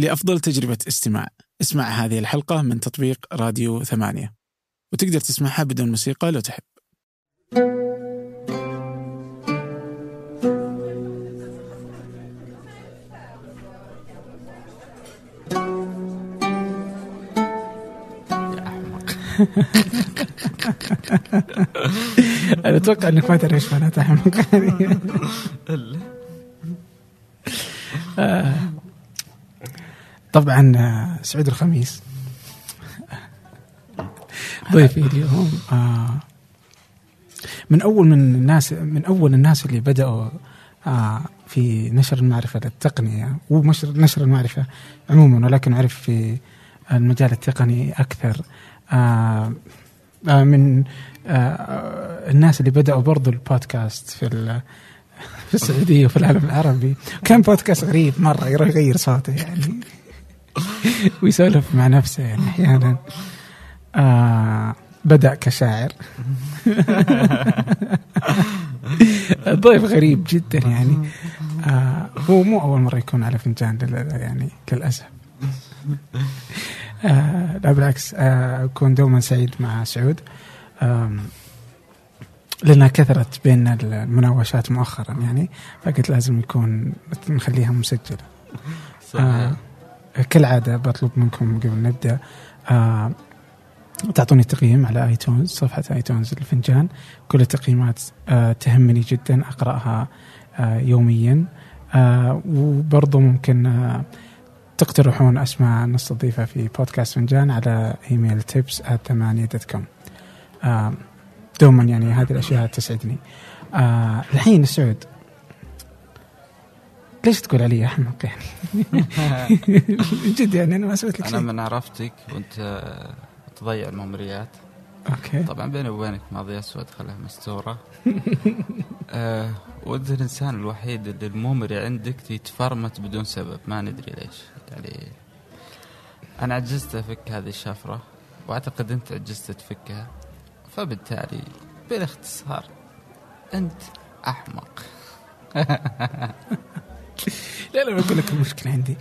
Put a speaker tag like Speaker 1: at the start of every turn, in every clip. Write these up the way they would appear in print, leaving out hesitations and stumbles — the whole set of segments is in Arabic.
Speaker 1: لأفضل تجربة استماع. اسمع هذه الحلقة من تطبيق راديو 8، وتقدر تسمعها بدون موسيقى لو تحب. أنا أتوقع أنك ما ترى إيش معناته أحمق. طبعا سعود الخميس ضيفي اليوم من أول الناس اللي بدأوا في نشر المعرفة التقنية ونشر المعرفة عموما، ولكن عرف في المجال التقني أكثر من الناس اللي بدأوا برضو البودكاست في السعودية وفي العالم العربي. كان بودكاست غريب مرة، يغير صوته يعني ويسولف مع نفسه يعني أحيانا. بدأ كشاعر. ضيف غريب جدا يعني. هو مو أول مرة يكون على فنجان يعني للأسف. لا بالعكس، أكون دوما سعيد مع سعود، لأنها كثرت بين المناوشات مؤخرا يعني، فقلت لازم يكون نخليها مسجلة. كالعادة بطلب منكم قبل نبدأ تعطوني تقييم على آيتونز، صفحة آيتونز الفنجان. كل التقييمات تهمني جدا، أقرأها يوميا. وبرضو ممكن تقترحون أسماء نستضيفها في بودكاست فنجان على إيميل tips@8.com. دوما يعني هذه الأشياء تسعدني. الحين السعود، ليش تقول علي أحمق يعني؟ جد يعني أنا ما سويت لك شيء.
Speaker 2: أنا من عرفتك وأنت تضيع الممريات.
Speaker 1: أوكي.
Speaker 2: طبعا بيني وبينك ماضي أسود، خلها مستورة. وأنت الإنسان الوحيد اللي الممري عندك يتفرمت بدون سبب، ما ندري ليش يعني. أنا عجزت أفك هذه الشفرة، وأعتقد أنت عجزت تفكها، فبالتالي بالاختصار أنت أحمق.
Speaker 1: لا بقول لك المشكلة عندي.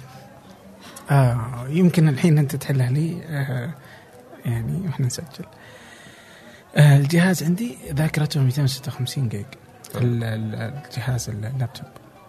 Speaker 1: يمكن الحين أنت تحلها لي يعني وإحنا نسجل. الجهاز عندي ذاكرته 256 جيج، الجهاز اللابتوب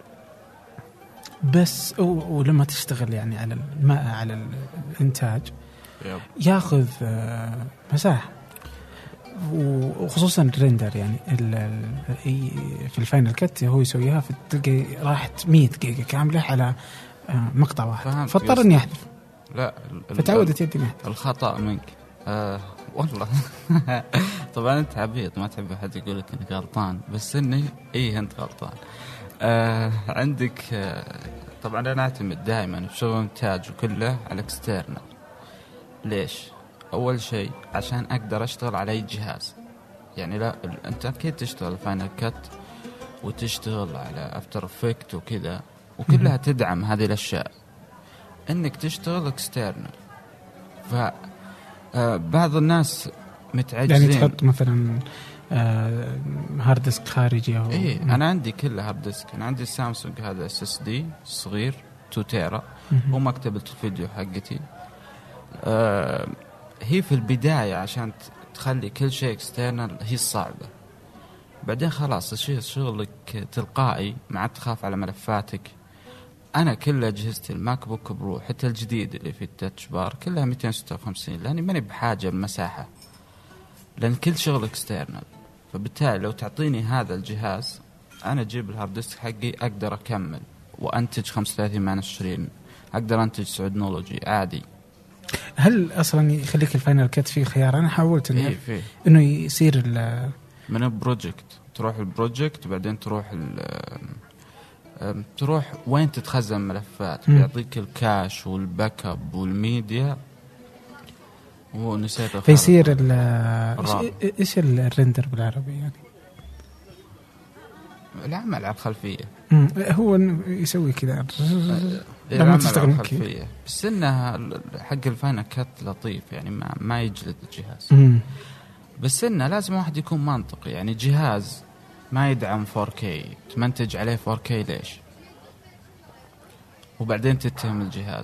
Speaker 1: بس. ولما تشتغل يعني على الإنتاج ياخذ مساحة، وخصوصا الريندر يعني في الفاينل كت هو يسويها، فتلقى راحت 100 جيجا كاملة على مقطع واحد، فاضطر اني احذف.
Speaker 2: لا
Speaker 1: فتعودت يدي منه.
Speaker 2: الخطأ منك والله. طبعا انت عبيط، ما تحب احد يقول لك انك غلطان، بس اني انت غلطان. عندك طبعا انا اعتمد دائما في شغل انتاج وكله على اكسترنال. ليش؟ أول شيء عشان أقدر أشتغل على أي جهاز يعني. لا أنت أكيد تشتغل فاينل كات وتشتغل على أفتر إفكت وكذا، وكلها تدعم هذه الأشياء، إنك تشتغل إكسترنال. فبعض الناس متعجزين
Speaker 1: يعني تحط مثلا هارد ديسك خارجي أو
Speaker 2: أنا عندي كله هارد ديسك. أنا عندي سامسونج هذا SSD صغير 2 تيرا، ومكتبة الفيديو حقتي. هي في البداية عشان تخلي كل شيء اكسترنال هي الصعبة، بعدين خلاص يصير شغلك تلقائي، ما عاد تخاف على ملفاتك. أنا كل أجهزتي الماك بوك برو حتى الجديد اللي في التاتش بار كلها 256، لأني ماني بحاجة بمساحة، لأن كل شغل اكسترنال. فبالتالي لو تعطيني هذا الجهاز أنا أجيب الهارد ديسك حقي، أقدر أكمل وأنتج 35-20، أقدر أنتج سعودنولوجي عادي.
Speaker 1: هل أصلا يخليك الفاينل كات فيه خيار؟ أنا حاولت إنه يصير
Speaker 2: من البروجكت، تروح البروجكت بعدين تروح وين تتخزن ملفات، بيعطيك الكاش والباك اب والميديا ونسيت
Speaker 1: فيصير إيش الرندر بالعربي يعني؟
Speaker 2: العمل على الخلفية.
Speaker 1: هو يسوي كذا
Speaker 2: لما تشتغل الخلفية، بس إنها حق الفاينل كات لطيف يعني، ما يجلد الجهاز. بس إنه لازم واحد يكون منطقي يعني. جهاز ما يدعم 4K تمنتج عليه 4K ليش؟ وبعدين تتهم الجهاز.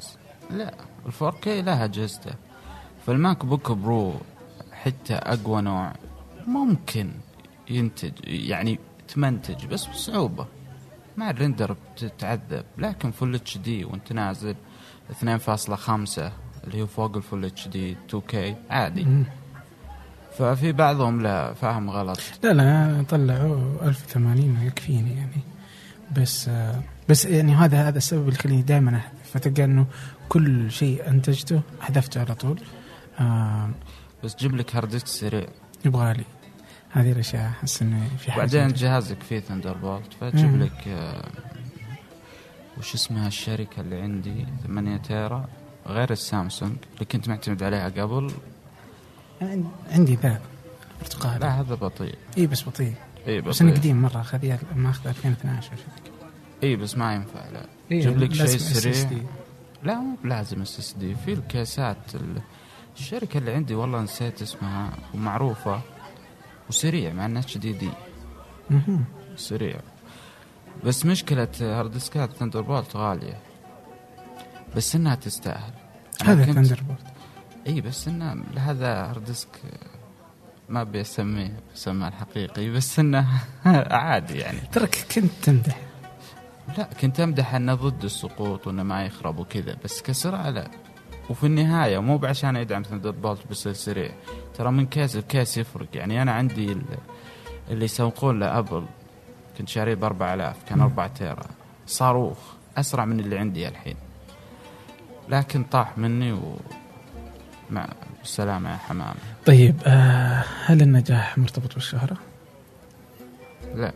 Speaker 2: لا، ال4K لها أجهزته. فالماك بوك برو حتى أقوى نوع ممكن ينتج، يعني تمنتج بس بصعوبة، مع الرندر بتتعذب. لكن فل اتش دي وانت نازل 2.5 اللي هو فوق الفل اتش دي 2K عادي. ففي بعضهم لا فاهم غلط.
Speaker 1: لا طلعوا 1080 يكفيني يعني. بس يعني هذا السبب اللي يخليني دائما احذف. فتلقى انه كل شيء انتجته حذفته على طول.
Speaker 2: بس جيب لك هارد ديسك سريع،
Speaker 1: يبغالي هذه الاشياء. احس انه في حاجه.
Speaker 2: بعدين جهازك فيه ثندربولت، فتجيب لك وش اسمها الشركه اللي عندي 8 تيرا غير السامسونج اللي كنت معتمد عليها قبل.
Speaker 1: عندي ذا برتقالي.
Speaker 2: لا هذا بطيء.
Speaker 1: اي بس بطيء. بس انا قديم مره اخذها، ما اخذها 2012
Speaker 2: اي بس ما ينفع. لا
Speaker 1: جيب
Speaker 2: لك شيء سريع. لا مو لازم SSD. في الكيسات الشركه اللي عندي والله نسيت اسمها ومعروفه وسريع مع انها HDD سريع. بس مشكله هارد ديسكات ثندربولت غاليه، بس انها تستاهل.
Speaker 1: هذا ثندربولت
Speaker 2: اي بس انه هذا هارد ديسك ما بيسميه بسمه الحقيقي، بس انه عادي يعني.
Speaker 1: ترك كنت تمدح.
Speaker 2: لا كنت امدح انه ضد السقوط وانه ما يخرب وكذا، بس كسرعه لا. وفي النهايه مو بعشان يدعم ثندربولت بس سريع، ترى من كيس لكيس يفرق. يعني انا عندي اللي يسوقون لابل كنت شاريه ب4000، كان 4 تيرا صاروخ اسرع من اللي عندي الحين، لكن طاح مني مع السلامه يا حمامه.
Speaker 1: طيب هل النجاح مرتبط بالشهره؟
Speaker 2: لا،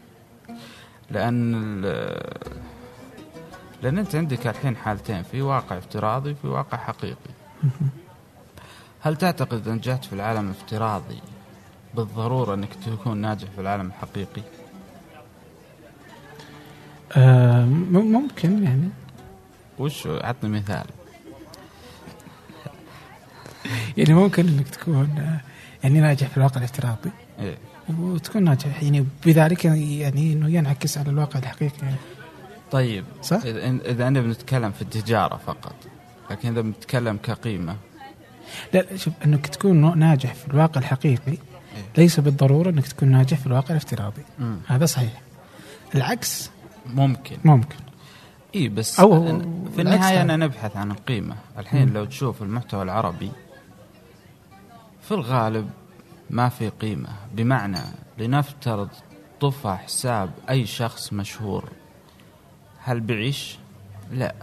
Speaker 2: لأن أنت عندك الحين حالتين، في واقع افتراضي وفي واقع حقيقي. هل تعتقد إذا نجحت في العالم الافتراضي بالضرورة أنك تكون ناجح في العالم الحقيقي؟
Speaker 1: ممكن يعني.
Speaker 2: وش عطني مثال.
Speaker 1: يعني ممكن أنك تكون يعني ناجح في الواقع الافتراضي
Speaker 2: إيه؟
Speaker 1: وتكون ناجح يعني بذلك يعني إنه ينعكس على الواقع الحقيقي يعني.
Speaker 2: طيب
Speaker 1: صح؟
Speaker 2: إذا أنا بنتكلم في التجارة فقط، لكن إذا بنتكلم كقيمة.
Speaker 1: لا شوف، إنك تكون ناجح في الواقع الحقيقي إيه؟ ليس بالضرورة إنك تكون ناجح في الواقع الافتراضي. هذا صحيح. العكس ممكن.
Speaker 2: إيه بس
Speaker 1: أو
Speaker 2: في النهاية أنا نبحث عن القيمة. الحين لو تشوف المحتوى العربي في الغالب ما في قيمة، بمعنى لنفترض طفى حساب أي شخص مشهور، هل بيعيش؟ لا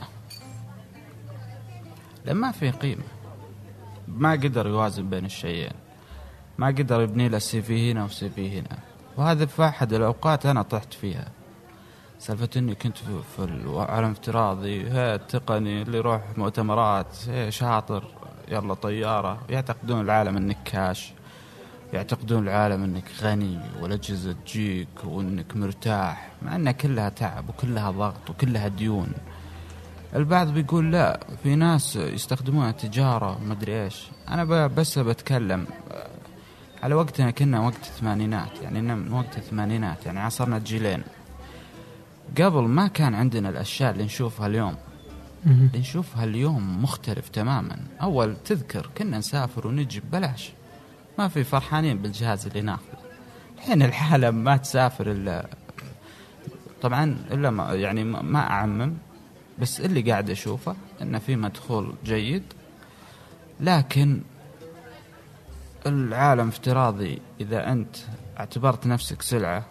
Speaker 2: ما في قيمة. ما قدر يوازن بين الشيئين، ما قدر يبني له CV هنا وCV هنا. وهذا في أحد الأوقات أنا طحت فيها، سالفة إني كنت في العالم افتراضي التقني اللي يروح مؤتمرات شاطر يلا طيارة، يعتقدون العالم انك كاش، يعتقدون العالم انك غني والأجهزة تجيك وانك مرتاح، مع انها كلها تعب وكلها ضغط وكلها ديون. البعض بيقول لا، في ناس يستخدمونها تجارة وما ادري ايش. انا بس بتكلم على وقتنا، كنا وقت الثمانينات، يعني من وقت الثمانينات، يعني عصرنا جيلين. قبل ما كان عندنا الاشياء اللي نشوفها اليوم. اللي نشوفها اليوم مختلف تماما. أول تذكر كنا نسافر ونجي ببلاش، ما في فرحانين بالجهاز اللي ناخذه. الحين الحالة ما تسافر إلا طبعا إلا ما يعني ما أعمم، بس اللي قاعد أشوفه إنه في مدخول جيد. لكن العالم افتراضي إذا أنت اعتبرت نفسك سلعة،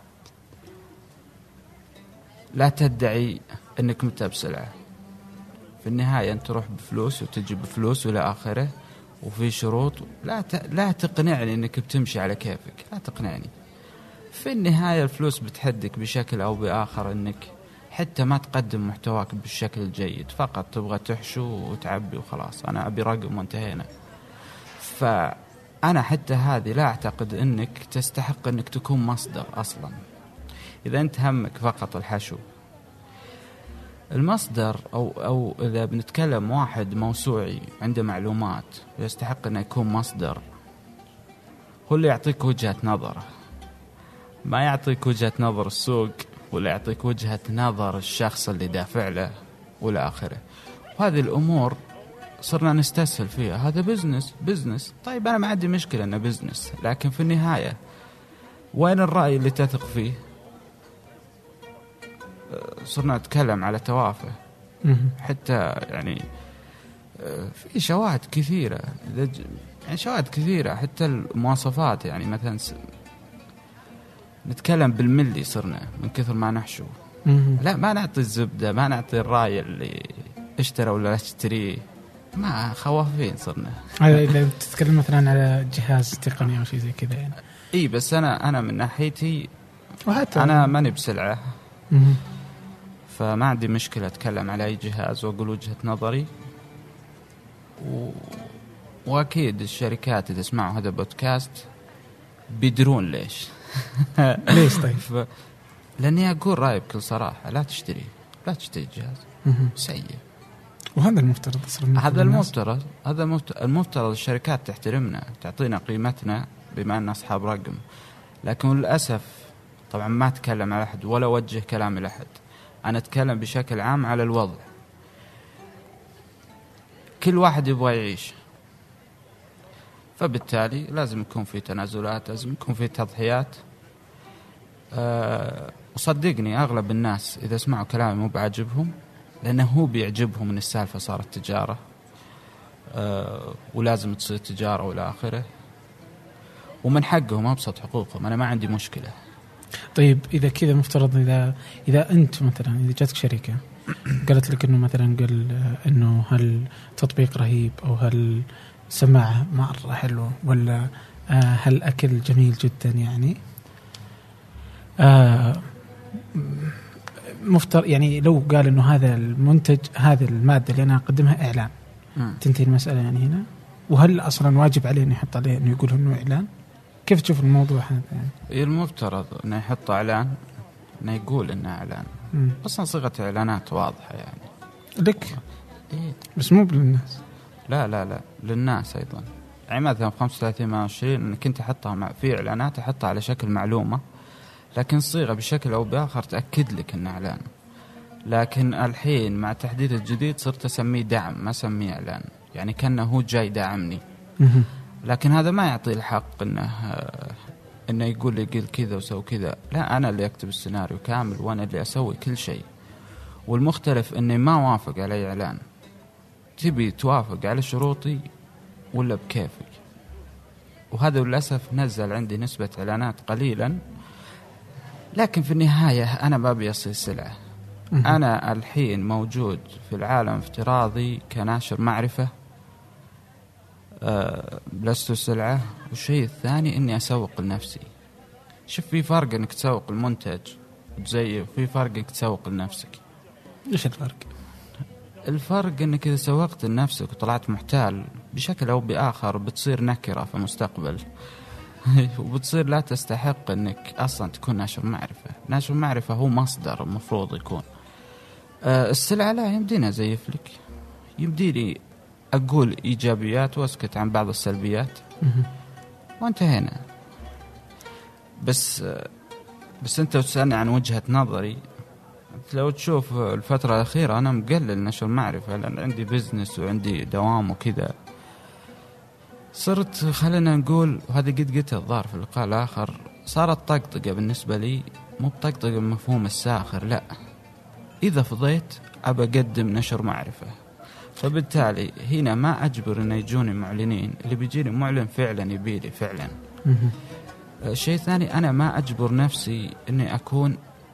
Speaker 2: لا تدعي أنك متى بسلعة. في النهاية أنت تروح بفلوس وتجي بفلوس ولا آخره، وفي شروط. لا تقنعني أنك بتمشي على كيفك، لا تقنعني. في النهاية الفلوس بتحدك بشكل أو بآخر، أنك حتى ما تقدم محتواك بالشكل الجيد، فقط تبغى تحشو وتعبي وخلاص. أنا أبي رقم وانتهينا. فأنا حتى هذه لا أعتقد أنك تستحق أنك تكون مصدر أصلا. إذا أنت همك فقط الحشو، المصدر أو إذا بنتكلم واحد موسوعي عنده معلومات يستحق أن يكون مصدر، هو اللي يعطيك وجهة نظره، ما يعطيك وجهة نظر السوق ولا يعطيك وجهة نظر الشخص اللي دافع له ولا آخره. وهذه الأمور صرنا نستسهل فيها، هذا بزنس. طيب أنا ما عندي مشكلة أنه بزنس، لكن في النهاية وين الرأي اللي تثق فيه؟ صرنا نتكلم على توافه. حتى يعني في شواهد كثيرة، يعني شواهد كثيرة، حتى المواصفات. يعني مثلا نتكلم بالملي صرنا من كثر ما نحشو. لا، ما نعطي الزبدة، ما نعطي الرأي اللي اشترى ولا لا اشتريه، ما خوافين صرنا.
Speaker 1: هذا إذا تتكلم مثلا على جهاز تقني أو شيء زي كذا يعني.
Speaker 2: إيه، بس أنا من ناحيتي
Speaker 1: وحتى
Speaker 2: أنا ماني بسلعة، فما عندي مشكلة أتكلم على أي جهاز وأقول وجهة نظري. وأكيد الشركات إذا سمعوا هذا بودكاست بيدرون ليش.
Speaker 1: ليش طيب؟
Speaker 2: لأني أقول رأيي بكل صراحة، لا تشتري جهاز سيء.
Speaker 1: وهذا المفترض يصير.
Speaker 2: هذا المفترض الشركات تحترمنا، تعطينا قيمتنا بما أننا أصحاب رقم. لكن للأسف طبعا ما أتكلم على أحد ولا أوجه كلامي لأحد، أنا أتكلم بشكل عام على الوضع. كل واحد يبغى يعيش، فبالتالي لازم يكون في تنازلات، لازم يكون في تضحيات. وصدقني أغلب الناس إذا سمعوا كلامي مو بعجبهم، لأنه هو بيعجبهم من السالفة صارت تجارة، ولازم تصير تجارة ولا آخره، ومن حقهم أبسط حقوقهم. أنا ما عندي مشكلة.
Speaker 1: طيب إذا كذا مفترض إذا أنت مثلا إذا جاتك شركة قالت لك إنه مثلا قال إنه هل تطبيق رهيب، أو هل سماعة مرة حلوة، ولا هل أكل جميل جدا، يعني يعني لو قال إنه هذا المنتج، هذا المادة اللي أنا أقدمها إعلان، تنتهي المسألة يعني هنا؟ وهل أصلا واجب عليه إنه يحط عليه إنه يقول إنه إعلان؟ كيف تشوف الموضوع هذا يعني؟
Speaker 2: المفترض إنه يحط إعلان، إنه يقول إنه إعلان. أصلا صيغة إعلانات واضحة يعني
Speaker 1: لك. إيه؟ بس مو للناس.
Speaker 2: لا للناس أيضا. يعني مثلا 35/20 إنك أنت حطها في إعلانات، أحطها على شكل معلومة، لكن الصيغة بشكل أو بآخر تأكد لك إنه إعلان. لكن الحين مع التحديث الجديد صرت أسميه دعم، ما أسميه إعلان، يعني كأنه هو جاي دعمني. لكن هذا ما يعطي الحق إنه يقول لي قل كذا وسوي كذا. لا، أنا اللي أكتب السيناريو كامل، وأنا اللي أسوي كل شيء. والمختلف إني ما وافق على إعلان. تبي توافق على شروطي ولا بكيفك؟ وهذا للأسف نزل عندي نسبة إعلانات قليلا، لكن في النهاية أنا ما بيصير سلعة. أنا الحين موجود في العالم افتراضي كناشر معرفة، لست سلعة. والشيء الثاني إني أسوق لنفسي. شوف، في فرق إنك تسوق المنتج وتزيف، في فرق إنك تسوق لنفسك.
Speaker 1: إيش الفرق؟
Speaker 2: الفرق إنك إذا سوقت لنفسك وطلعت محتال بشكل أو بآخر بتصير نكرة في المستقبل وبتصير لا تستحق إنك أصلا تكون ناشر معرفة. ناشر معرفة هو مصدر المفروض يكون. السلعة لا، يمديني أزيف لك، يمديني أقول إيجابيات وأسكت عن بعض السلبيات وانتهينا. بس أنت تسألني عن وجهة نظري. لو تشوف الفترة الأخيرة أنا مقلل نشر معرفة، لأن عندي بزنس وعندي دوام وكذا. صرت خلينا نقول، وهذا قد قلت الظاهر في اللقاء الآخر، صارت طقطقة بالنسبة لي، مو بطقطقة بمفهوم الساخر، لا، إذا فضيت أبى أقدم نشر معرفة. فبالتالي هنا ما أجبر أن يجوني معلنين، اللي بيجيني معلن فعلا يبيلي فعلا. الشيء الثاني، أنا ما أجبر نفسي أني أكون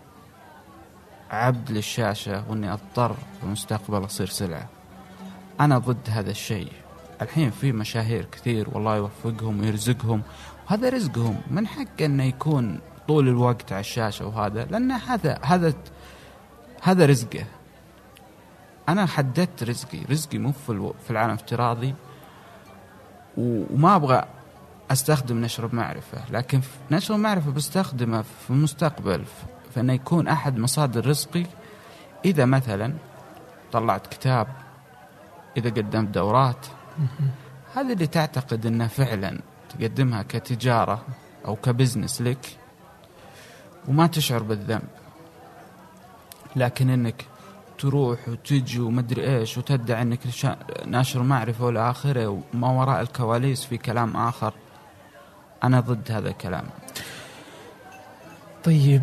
Speaker 2: عبد للشاشة وأني أضطر في المستقبل أصير سلعة. أنا ضد هذا الشيء. الحين في مشاهير كثير والله يوفقهم ويرزقهم، وهذا رزقهم، من حق أنه يكون طول الوقت على الشاشة، وهذا لأن هذا رزقه. أنا حددت رزقي مو في العالم افتراضي، وما أبغى أستخدم نشر معرفة، لكن نشر معرفة بستخدمه في المستقبل فإنه يكون أحد مصادر رزقي. إذا مثلا طلعت كتاب، إذا قدمت دورات، هذا اللي تعتقد أنه فعلا تقدمها كتجارة أو كبزنس لك وما تشعر بالذنب. لكن أنك تروح وتجي ومدري إيش وتدعي أنك ناشر معرفة ولا آخره، وما وراء الكواليس في كلام آخر. أنا ضد هذا الكلام.
Speaker 1: طيب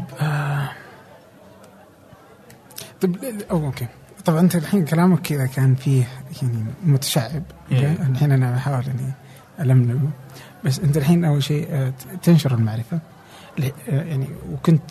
Speaker 1: أوكي. طبعا أنت الحين كلامك كذا كان فيه يعني متشعب. الحين أنا بحاول إني ألملمه، بس أنت الحين أول شيء تنشر المعرفة يعني، وكنت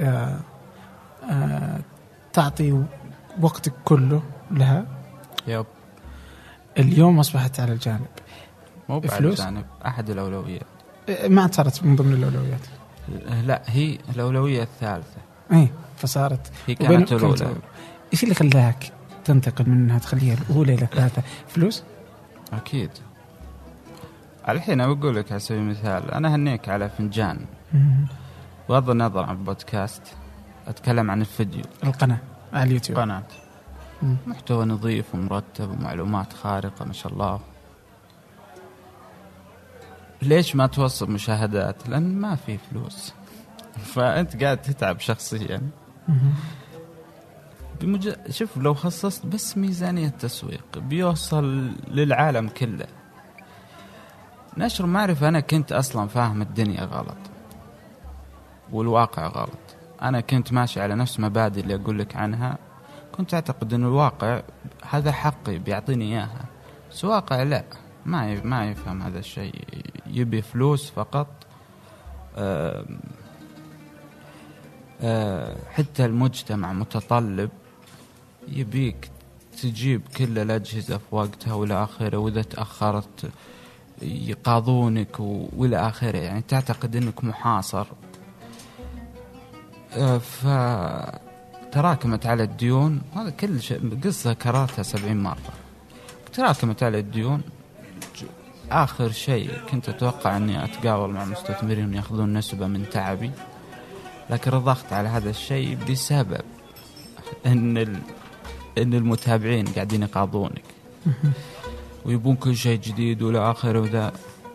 Speaker 1: تعطي وقتك كله لها.
Speaker 2: يب.
Speaker 1: اليوم أصبحت على الجانب،
Speaker 2: مو على الجانب، أحد الأولويات.
Speaker 1: ما صارت من ضمن الأولويات.
Speaker 2: لا، هي الأولوية الثالثة.
Speaker 1: إيه، فصارت
Speaker 2: هي كانت الأولى.
Speaker 1: إيش اللي خلاك تنتقل من أنها تخليها الأولى إلى الثالثة؟ فلوس؟
Speaker 2: أكيد. الحين أقول لك على سبيل المثال، أنا هنيك على فنجان، بغض النظر عن البودكاست، أتكلم عن الفيديو،
Speaker 1: القناة على اليوتيوب،
Speaker 2: قناة محتوى نظيف ومرتب ومعلومات خارقة ما شاء الله. ليش ما توصل مشاهدات؟ لأن ما في فلوس. فأنت قاعد تتعب شخصيا. شوف، لو خصصت بس ميزانية تسويق بيوصل للعالم كله. نشر معرفة، أنا كنت أصلا فاهم الدنيا غلط والواقع غلط. أنا كنت ماشي على نفس مبادئ اللي أقول لك عنها. كنت أعتقد أن الواقع هذا حقي بيعطيني إياها، بس الواقع لا، ما يفهم هذا الشيء. يبي فلوس فقط. حتى المجتمع متطلب، يبيك تجيب كل الأجهزة في وقتها وإلى آخره، وإذا تأخرت يقاضونك وإلى آخره. يعني تعتقد أنك محاصر. فتراكمت على الديون. هذا كل شيء قصة كررتها 70 مرة. تراكمت على الديون. آخر شيء كنت أتوقع أني أتقاول مع مستثمرين يأخذون نسبة من تعبي، لكن رضخت على هذا الشيء بسبب أن المتابعين قاعدين يقاضونك ويبون كل شيء جديد ولا آخر وذا.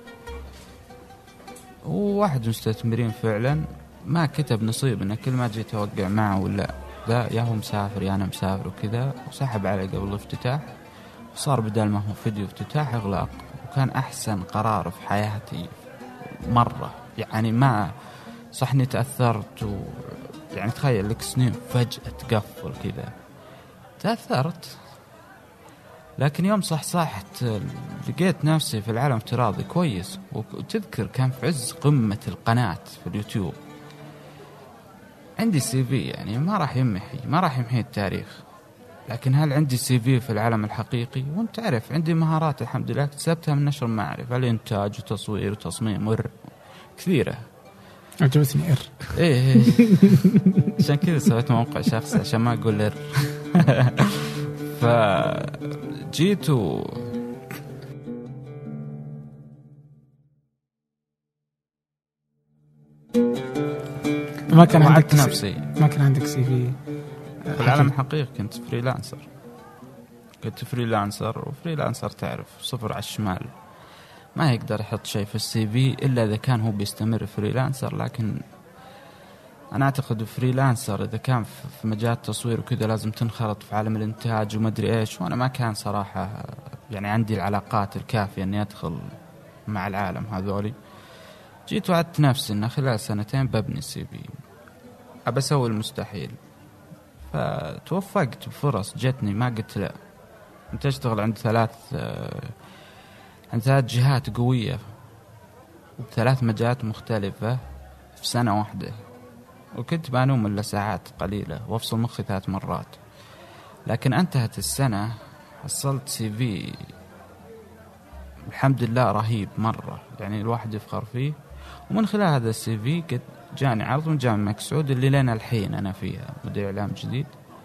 Speaker 2: وواحد مستثمرين فعلا ما كتب نصيب، إنه كل ما جيت أوقع معه ولا ذا، يا هو مسافر يا أنا مسافر وكذا، وسحب علي قبل الافتتاح، وصار بدل ما هو فيديو افتتاح إغلاق. وكان أحسن قرار في حياتي مرة. يعني ما صحني تأثرت يعني تخيل لك سنين فجأة تقفل كذا، تأثرت. لكن يوم صحصحت لقيت نفسي في العالم افتراضي كويس. وتذكر كان في عز قمة القناة في اليوتيوب. عندي CV، يعني ما راح يمحي التاريخ، لكن هل عندي CV في العالم الحقيقي؟ وانت تعرف عندي مهارات الحمد لله اكتسبتها من نشر المعرفة، الانتاج وتصوير وتصميم كثيرة.
Speaker 1: عجبتني
Speaker 2: ايه عشان كذا سويت موقع شخصي عشان ما اقول فجيت
Speaker 1: ما كان عندك
Speaker 2: نفسي،
Speaker 1: ما كان عندك CV
Speaker 2: في العالم الحقيقي. كنت فريلانسر. وفريلانسر تعرف صفر على الشمال، ما يقدر يحط شيء في CV إلا إذا كان هو بيستمر فريلانسر. لكن أنا أعتقد فريلانسر إذا كان في مجال التصوير وكذا لازم تنخرط في عالم الإنتاج ومدري إيش. وأنا ما كان صراحة يعني عندي العلاقات الكافية أني أدخل مع العالم هذولي. جيت وعدت نفسي أن خلال 2 ببني CV، أبى أسوي المستحيل. فتوفقت بفرص جتني، ما قلت لا. أنت أشتغل عند 3 جهات قوية وب3 مجالات مختلفة في سنة واحدة، وكنت بانوم إلا ساعات قليلة وأفصل مخي 3 مرات. لكن انتهت السنة حصلت CV الحمد لله رهيب مرة، يعني الواحد يفخر فيه. ومن خلال هذا CV قد جاني عرض من جامعة الملك سعود اللي لنا الحين أنا فيها مدير إعلام جديد،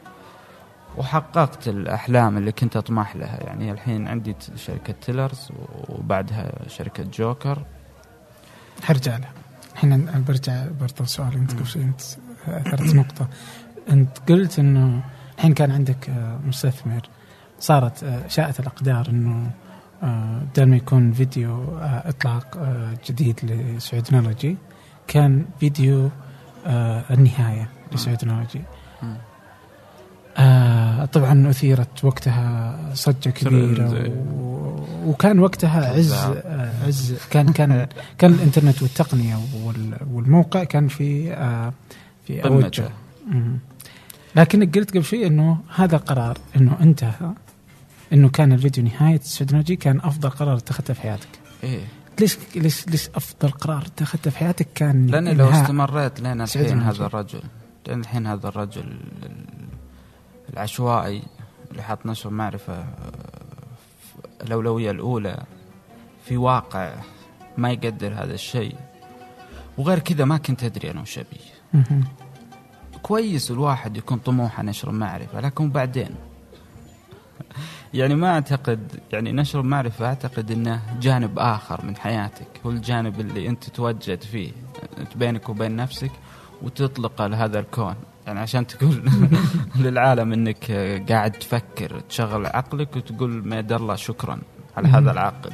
Speaker 2: وحققت الأحلام اللي كنت أطمح لها. يعني الحين عندي شركة تيلرز وبعدها شركة جوكر.
Speaker 1: هرجع لها الحين. برجع برضو سؤال. أنت قبل شيء أنت أثرت نقطة. أنت قلت إنه الحين كان عندك مستثمر، صارت شاءت الأقدار إنه بدل ما يكون فيديو إطلاق جديد لسعودنولوجي كان فيديو النهاية لسعودنولوجي. طبعا أثيرت وقتها صجة كبيرة وكان وقتها عز كان الإنترنت والتقنية والموقع كان في أوجه. لكن قلت قبل شوي إنه هذا قرار إنه انتهى، إنه كان الفيديو نهاية السعودنجي كان أفضل قرار اتخذته في حياتك.
Speaker 2: إيه.
Speaker 1: ليش أفضل قرار اتخذته في حياتك كان؟
Speaker 2: لأن لو استمريت لين الحين هذا الرجل العشوائي اللي حط نشر معرفة الأولوية الأولى في واقع ما يقدر هذا الشيء، وغير كذا ما كنت أدري أنا وش أبي. كويس الواحد يكون طموحه نشر معرفة، لكن بعدين يعني ما أعتقد يعني نشر معرفة، أعتقد أنه جانب آخر من حياتك، هو الجانب اللي أنت تتواجد فيه بينك وبين نفسك وتطلق لهذا الكون، يعني عشان تقول للعالم أنك قاعد تفكر تشغل عقلك وتقول ما يدر الله شكرا على هذا العقل.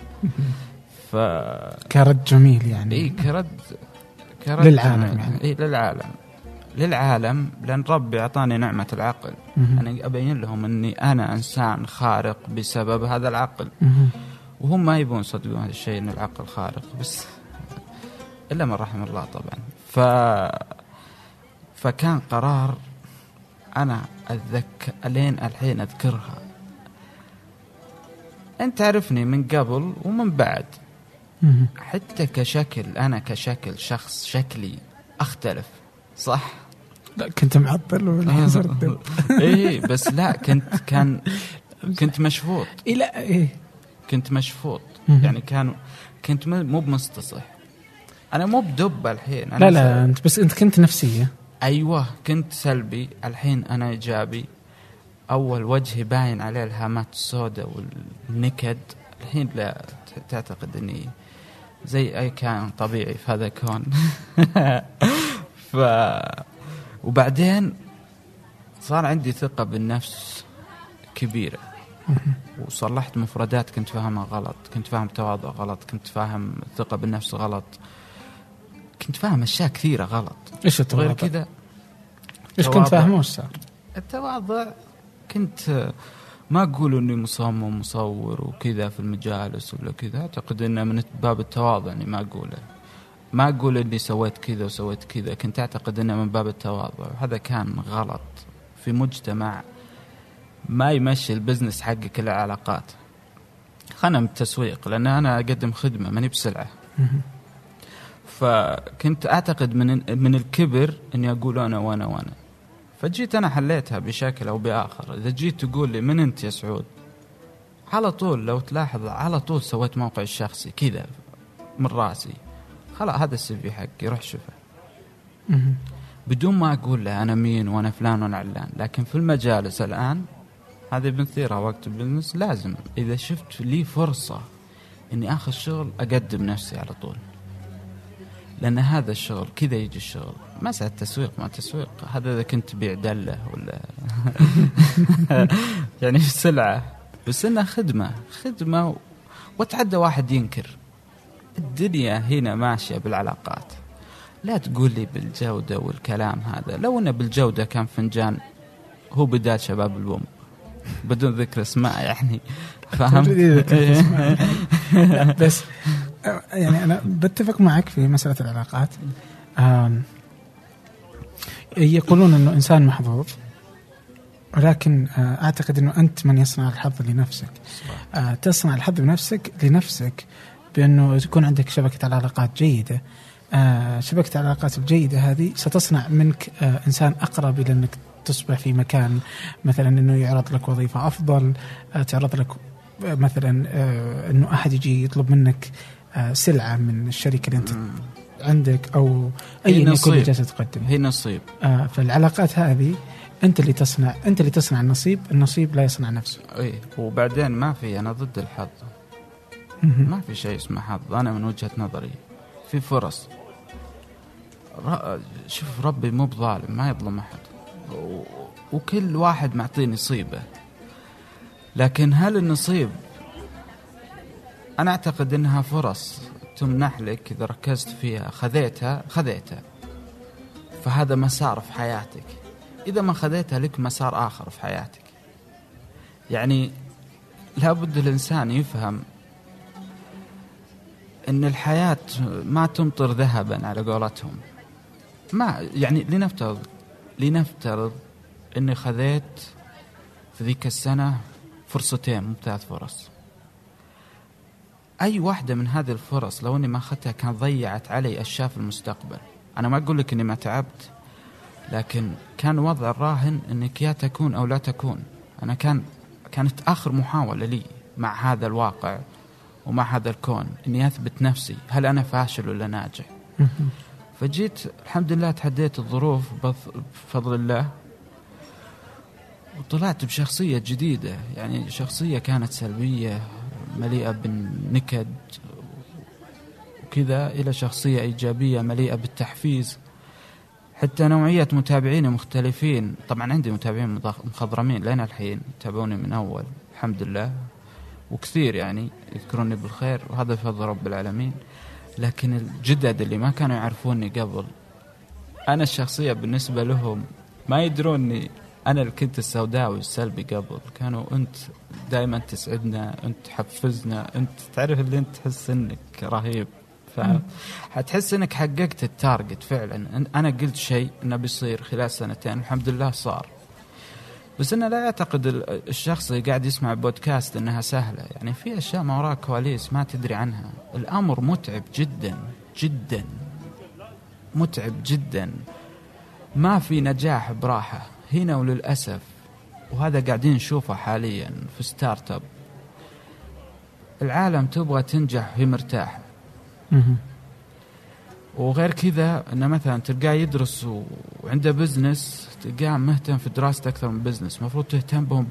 Speaker 1: كرد جميل يعني.
Speaker 2: إيه كرد
Speaker 1: للعالم يعني.
Speaker 2: إيه للعالم لأن ربي أعطاني نعمة العقل. أنا أبين لهم أني أنا إنسان خارق بسبب هذا العقل، وهم ما يبون يصدقون هذا الشيء أن العقل خارق، بس إلا من رحم الله طبعا. فكان قرار أنا أتذكر لين الحين أذكرها. أنت تعرفني من قبل ومن بعد، حتى كشكل أنا كشكل شخص شكلي أختلف صح؟
Speaker 1: لا كنت معطل ولا صرت
Speaker 2: إيه بس لا كنت مشفوط.
Speaker 1: إيه
Speaker 2: كنت مشفوط يعني كنت مو بمستصح. أنا مو بدب الحين. أنا
Speaker 1: لا أنت كنت نفسية.
Speaker 2: أيوة كنت سلبي، الحين أنا إيجابي. أول وجهي باين عليه الهامات السوداء والنكد، الحين لا تعتقد أني زي أي كائن طبيعي في هذا الكون. وبعدين صار عندي ثقة بالنفس كبيرة، وصلحت مفردات كنت فاهمها غلط، كنت فاهم التواضع غلط، كنت فاهم الثقة بالنفس غلط، كنت فاهم أشياء كثيرة غلط.
Speaker 1: إيش التواضع؟
Speaker 2: غير كذا
Speaker 1: إيش كنت فاهمه؟ وش صار؟
Speaker 2: التواضع كنت ما أقول إني مصمم مصور وكذا في المجالس ولا كذا، أعتقد إنه من باب التواضع، إني ما أقول إني سويت كذا وسويت كذا، كنت أعتقد إنه من باب التواضع، وهذا كان غلط في مجتمع ما يمشي البزنس حقك العلاقات. خلنا من التسويق، لأن أنا أقدم خدمة ماني بسلعة. فكنت أعتقد من الكبر إني أقول أنا فجيت أنا حليتها بشكل أو بآخر. إذا جيت تقول لي من أنت يا سعود، على طول لو تلاحظ على طول سويت موقع الشخصي كذا من راسي، خلاص هذا السيفي حقي روح شوفه بدون ما أقول له أنا مين وأنا فلان وأنا علان. لكن في المجالس الآن هذه بنثيرها وقت البزنس، لازم إذا شفت لي فرصة إني أخذ شغل أقدم نفسي على طول، لأن هذا الشغل كذا يجي الشغل. مسألة تسويق ما تسويق، هذا إذا كنت تبيع دلة ولا يعني سلعة، بس إنها خدمة وتعدى واحد ينكر. الدنيا هنا ماشية بالعلاقات، لا تقول لي بالجودة والكلام هذا. لو إنه بالجودة كان فنجان هو بداية شباب البوم بدون ذكر اسماء يعني، فاهم؟
Speaker 1: بس يعني أنا بتفق معك في مسألة العلاقات. يقولون إنه إنسان محظوظ، ولكن أعتقد إنه أنت من يصنع الحظ لنفسك. تصنع الحظ لنفسك بأنه تكون عندك شبكة علاقات جيدة. شبكة العلاقات الجيدة هذه ستصنع منك إنسان أقرب إلى أنك تصبح في مكان، مثلا إنه يعرض لك وظيفة أفضل، تعرض لك مثلا إنه أحد يجي يطلب منك سلعة من الشركة اللي أنت عندك، أو أي نصيب جالس تقدم.
Speaker 2: هي نصيب.
Speaker 1: فالعلاقات هذه أنت اللي تصنع النصيب لا يصنع نفسه.
Speaker 2: إيه. وبعدين ما في، أنا ضد الحظ، ما في شيء اسمه حظ. أنا من وجهة نظري في فرص. شوف ربي مو بظالم، ما يظلم أحد، وكل واحد معطيه نصيبه. لكن هل النصيب، أنا أعتقد أنها فرص تمنح لك إذا ركزت فيها، خذيتها فهذا مسار في حياتك. إذا ما خذيتها لك مسار آخر في حياتك. يعني لابد الإنسان يفهم أن الحياة ما تمطر ذهبا على قولتهم. ما يعني لنفترض أني خذيت في ذيك السنة فرصتين مو 3 فرص. أي واحدة من هذه الفرص لو أني ما أخذتها كان ضيعت علي أشياء في المستقبل. أنا ما أقول لك أني ما تعبت، لكن كان وضع الراهن أنك يا تكون أو لا تكون. أنا كانت آخر محاولة لي مع هذا الواقع ومع هذا الكون أني أثبت نفسي هل أنا فاشل ولا ناجح. فجيت الحمد لله تحديت الظروف بفضل الله، وطلعت بشخصية جديدة. يعني شخصية كانت سلبية مليئة بالنكد وكذا إلى شخصية إيجابية مليئة بالتحفيز. حتى نوعية متابعين مختلفين. طبعا عندي متابعين مخضرمين لين الحين يتابعوني من أول الحمد لله، وكثير يعني يذكروني بالخير، وهذا بفضل رب العالمين. لكن الجدد اللي ما كانوا يعرفوني قبل، أنا الشخصية بالنسبة لهم ما يدروني أنا اللي كنت السوداوي السلبي قبل. كانوا أنت دائما تسعدنا، أنت تحفزنا، أنت تعرف اللي أنت تحس أنك رهيب، فهتحس أنك حققت التارجت فعلا. أنا قلت شيء أنه بيصير خلال 2 الحمد لله صار. بس أنا لا أعتقد الشخص اللي قاعد يسمع بودكاست أنها سهلة. يعني في أشياء ما وراء كواليس ما تدري عنها. الأمر متعب جدا جدا، متعب جدا. ما في نجاح براحة هنا، وللأسف وهذا قاعدين نشوفه حاليا في ستارت اب. العالم تبغى تنجح وهي مرتاحة، وغير كذا أنه مثلا تلقاه يدرس وعنده بزنس، تلقاه مهتم في دراسته أكثر من بزنس. مفروض تهتم بهم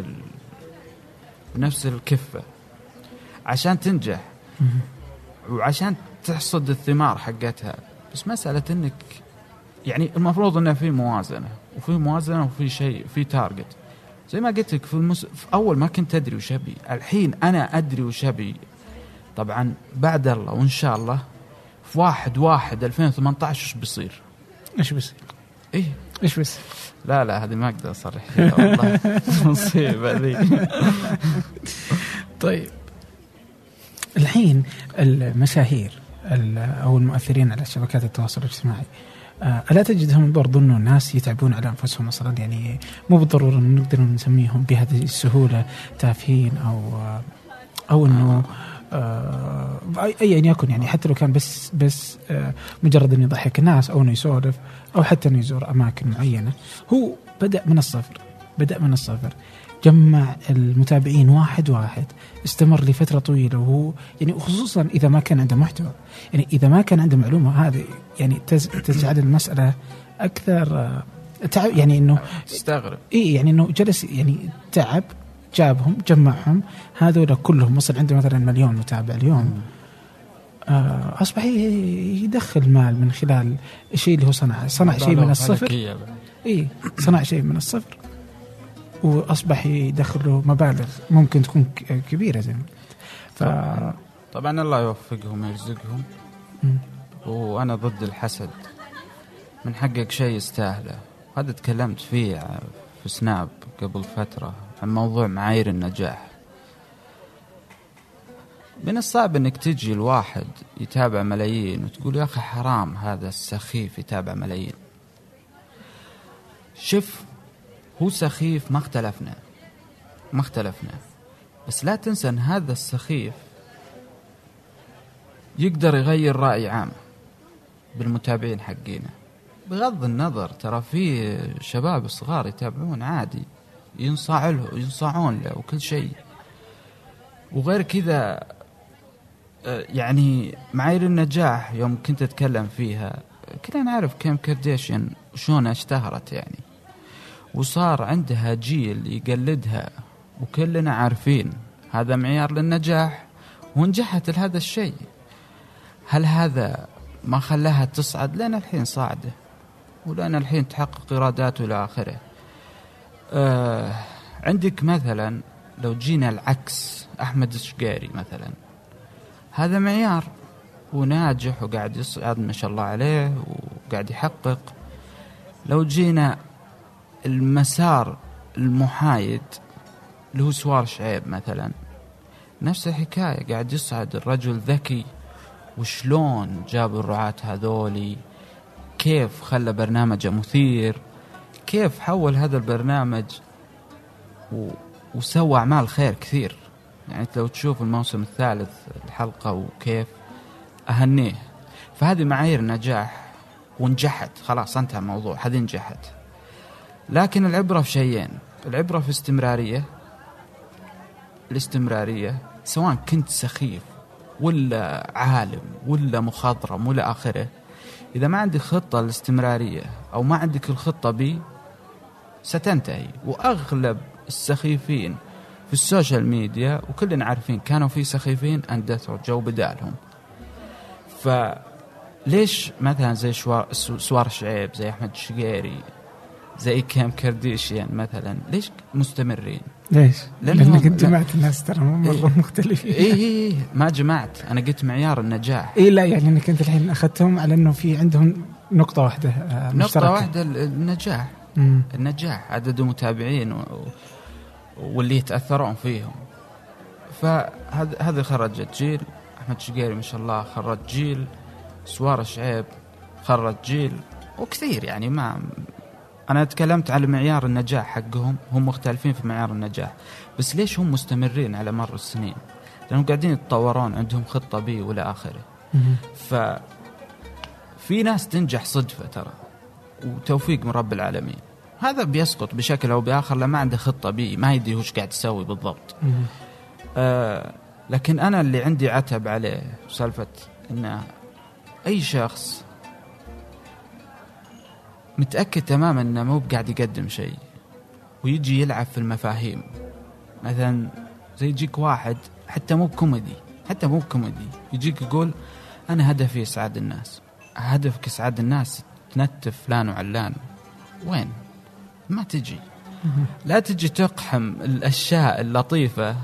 Speaker 2: بنفس الكفة عشان تنجح وعشان تحصد الثمار حقتها. بس مسألة أنك يعني المفروض أنه في موازنة وفي شيء، في تارجت. زي ما قلت لك في أول ما كنت أدري وش أبي، الحين أنا أدري وش أبي. طبعا بعد الله وإن شاء الله في 1/1/2018 إيش بيصير؟
Speaker 1: إيش بيصير؟
Speaker 2: إيه
Speaker 1: إيش بيصير؟
Speaker 2: لا هذه ما أقدر أصرح فيها والله. مصيبة ذي.
Speaker 1: طيب الحين المشاهير أو المؤثرين على شبكات التواصل الاجتماعي، ألا تجدهم برضو أنه الناس يتعبون على أنفسهم أصلا؟ يعني مو بالضرورة أن نقدر نسميهم بهذه السهولة تافهين أو أنه أي أن يكن. يعني حتى لو كان بس مجرد أن يضحك الناس أو أنه يسولف أو حتى أنه يزور أماكن معينة. هو بدأ من الصفر، جمع المتابعين واحد، استمر لفترة طويلة، وهو يعني خصوصا إذا ما كان عنده محتوى، يعني إذا ما كان عنده معلومة، هذه يعني تجعل المسألة أكثر تعب. يعني إنه
Speaker 2: تستغرب
Speaker 1: يعني إنه جلس، يعني تعب، جابهم، جمعهم، هذول كلهم وصل عنده مثلا 1,000,000 متابع اليوم. أصبح يدخل مال من خلال الشيء اللي هو صنع شيء من الصفر. صنع شيء من الصفر وأصبح يدخله مبالغ ممكن تكون كبيرة زي ما
Speaker 2: طبعا الله يوفقهم ويرزقهم. وأنا ضد الحسد. من حقك شيء يستاهله. هذا تكلمت فيه في سناب قبل فترة عن موضوع معايير النجاح. من الصعب أنك تجي الواحد يتابع ملايين وتقول يا أخي حرام هذا السخيف يتابع ملايين. شوف، هو سخيف، ما اختلفنا، بس لا تنسى أن هذا السخيف يقدر يغير رأي عام بالمتابعين حقينا. بغض النظر ترى في شباب صغار يتابعون عادي، ينصاعون له وكل شيء. وغير كذا يعني معايير النجاح يوم كنت أتكلم فيها، كلنا نعرف كيم كارديشيان شلون اشتهرت يعني، وصار عندها جيل يقلدها، وكلنا عارفين هذا معيار للنجاح، ونجحت لهذا الشيء. هل هذا ما خلاها تصعد؟ لأن الحين صاعدة، ولأن الحين تحقق إيرادات إلى آخره. عندك مثلا لو جينا العكس، أحمد الشقيري مثلا، هذا معيار، وناجح وقاعد يصعد ما شاء الله عليه وقاعد يحقق. لو جينا المسار المحايد اللي هو سوار شعيب مثلا، نفس الحكاية، قاعد يصعد الرجل ذكي، وشلون جاب الرعاة هذولي، كيف خلى برنامجه مثير، كيف حول هذا البرنامج وسوى أعمال خير كثير. يعني لو تشوف الموسم الثالث الحلقة وكيف أهنيه. فهذه معايير نجاح، ونجحت خلاص، انتهى الموضوع، هذه نجحت. لكن العبرة في شيئين، العبرة في الاستمرارية، سواء كنت سخيف ولا عالم ولا مخضرم ولا آخره، إذا ما عندك خطة الاستمرارية أو ما عندك الخطة بي ستنتهي. وأغلب السخيفين في السوشيال ميديا وكلنا عارفين كانوا في سخيفين اندثروا جو بدالهم. فليش مثلا زي سوار شعيب، زي أحمد الشقيري، زي كيم كارديشيان مثلا، ليش مستمرين؟
Speaker 1: ليش؟ لأنك جمعت الناس ترى مرة مختلفين.
Speaker 2: إيه ما جمعت، أنا قلت معيار النجاح.
Speaker 1: إيه لا، يعني أنك أنت الحين أخذتهم على أنه في عندهم نقطة واحدة مشتركة.
Speaker 2: نقطة واحدة، النجاح. النجاح، عدد المتابعين واللي يتأثرون فيهم. فهذا خرجت جيل. أحمد شقيري ما شاء الله خرج جيل، سوار شعيب خرج جيل، وكثير. يعني ما أنا تكلمت على معيار النجاح حقهم، هم مختلفين في معيار النجاح، بس ليش هم مستمرين على مر السنين؟ لأنهم قاعدين يتطورون، عندهم خطة بي ولا آخره. ففي ناس تنجح صدفة ترى، وتوفيق من رب العالمين. هذا بيسقط بشكل أو بآخر لما عنده خطة بي، ما يدري وش قاعد يسوي بالضبط. لكن أنا اللي عندي عتب عليه سالفة إن أي شخص متأكد تماما إنه مو قاعد يقدم شيء ويجي يلعب في المفاهيم. مثلا زي يجيك واحد حتى مو كوميدي يجيك يقول أنا هدفي إسعاد الناس. هدفك إسعاد الناس؟ تنتف فلان وعلان؟ وين؟ ما تجي. لا تجي تقحم الأشياء اللطيفة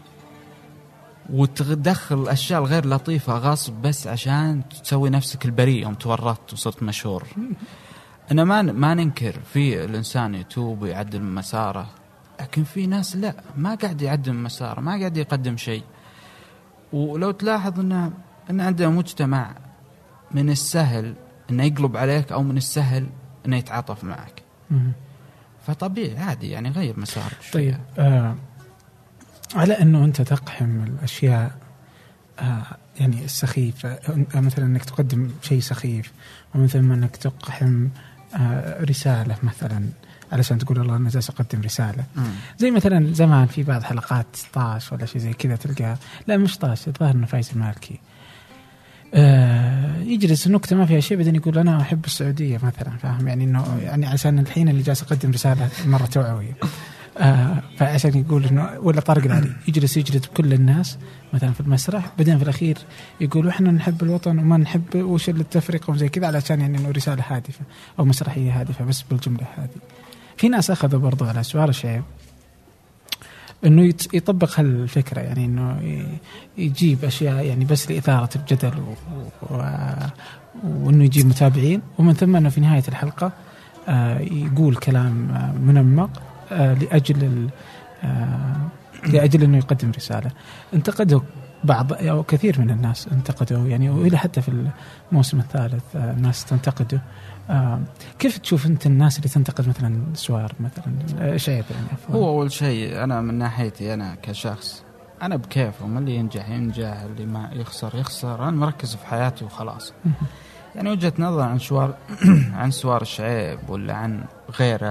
Speaker 2: وتدخل الأشياء الغير لطيفة غصب بس عشان تسوي نفسك البريء ومتورط وصرت مشهور. أنا ما ننكر في الإنسان يتوب ويعدل من مساره، لكن في ناس لا، ما قاعد يعدل من مساره، ما قاعد يقدم شيء. ولو تلاحظ إن عندنا مجتمع من السهل إنه يقلب عليك، أو من السهل إنه يتعاطف معك. فطبيعي عادي يعني غير مسارك.
Speaker 1: طيب على أنه أنت تقحم الأشياء يعني السخيفة، مثلا أنك تقدم شيء سخيف، ومثلا أنك تقحم رسالة مثلا علشان تقول الله أنا جالس أقدم رسالة. زي مثلا زمان في بعض حلقات طاش ولا شيء زي كذا تلقى، لا مش طاش، الظاهر إنه فايز المالكي يجلس نكتة ما فيها شيء بعدين يقول أنا أحب السعودية مثلا، فاهم يعني إنه يعني عشان الحين اللي جالس أقدم رسالة مرة توعوية. فعشان يقول إنه، ولا طارق العلي يجلس يجلد بكل الناس مثلا في المسرح، بعدين في الأخير يقول إحنا نحب الوطن وما نحب وش اللي التفرقة وزي كذا، علشان يعني إنه رسالة هادفة أو مسرحية هادفة بس بالجملة هذه. في ناس أخذوا برضو على سوار شعيب إنه يطبق هالفكرة، يعني إنه يجيب أشياء يعني بس لإثارة الجدل وإنه يجيب متابعين، ومن ثم إنه في نهاية الحلقة يقول كلام منمق لأجل إنه يقدم رسالة. انتقدوا بعض أو كثير من الناس انتقدوا، يعني وإلى حتى في الموسم الثالث الناس تنتقده. كيف تشوف أنت الناس اللي تنتقد مثلا سوار مثلا شعيب؟ يعني
Speaker 2: هو أول شيء أنا من ناحيتي أنا كشخص أنا بكيفهم، اللي ينجح ينجح، اللي ما يخسر. أنا مركز في حياتي وخلاص. يعني وجهة نظر عن سوار الشعيب ولا عن غيره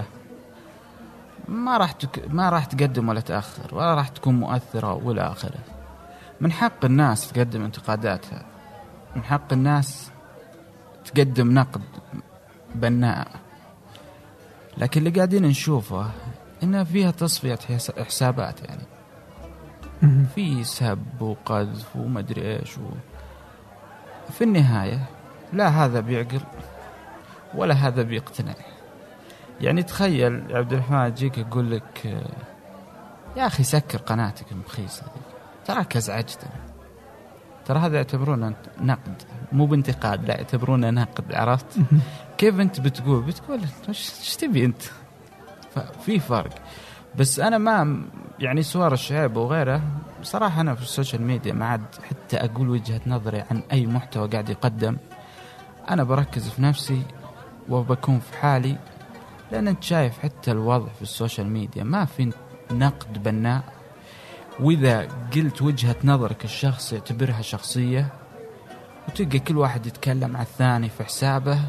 Speaker 2: ما راح تقدم ولا تأخر، ولا راح تكون مؤثرة ولا آخره. من حق الناس تقدم انتقاداتها، من حق الناس تقدم نقد بناء، لكن اللي قاعدين نشوفه إنها فيها تصفية حسابات، يعني في سب وقذف ومدري إيش في النهاية لا هذا بيعقل ولا هذا بيقتنع. يعني تخيل يا عبد الرحمن يجيك يقول لك يا أخي سكر قناتك المخيسة دي، تراك أزعجتنا. ترى هذا يعتبرونه نقد، مو بانتقاد، لا يعتبرونه نقد. عرفت كيف؟ أنت بتقول إيش تبي أنت؟ ففي فرق. بس أنا يعني سوار الشعيب وغيره. بصراحة أنا في السوشيال ميديا ما عاد حتى أقول وجهة نظري عن أي محتوى قاعد يقدم. أنا بركز في نفسي وبكون في حالي، لأن أنت شايف حتى الوضع في السوشيال ميديا ما في نقد بناء، وإذا قلت وجهة نظرك الشخص يعتبرها شخصية، وتلقى كل واحد يتكلم على الثاني في حسابه،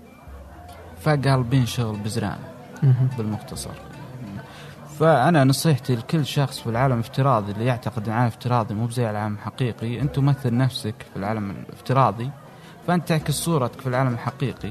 Speaker 2: فقال شغل بزران بالمختصر. فأنا نصيحتي لكل شخص في العالم الافتراضي اللي يعتقد العالم افتراضي مو بزي العالم الحقيقي، أنت تمثل نفسك في العالم الافتراضي، فأنت تعكس صورتك في العالم الحقيقي.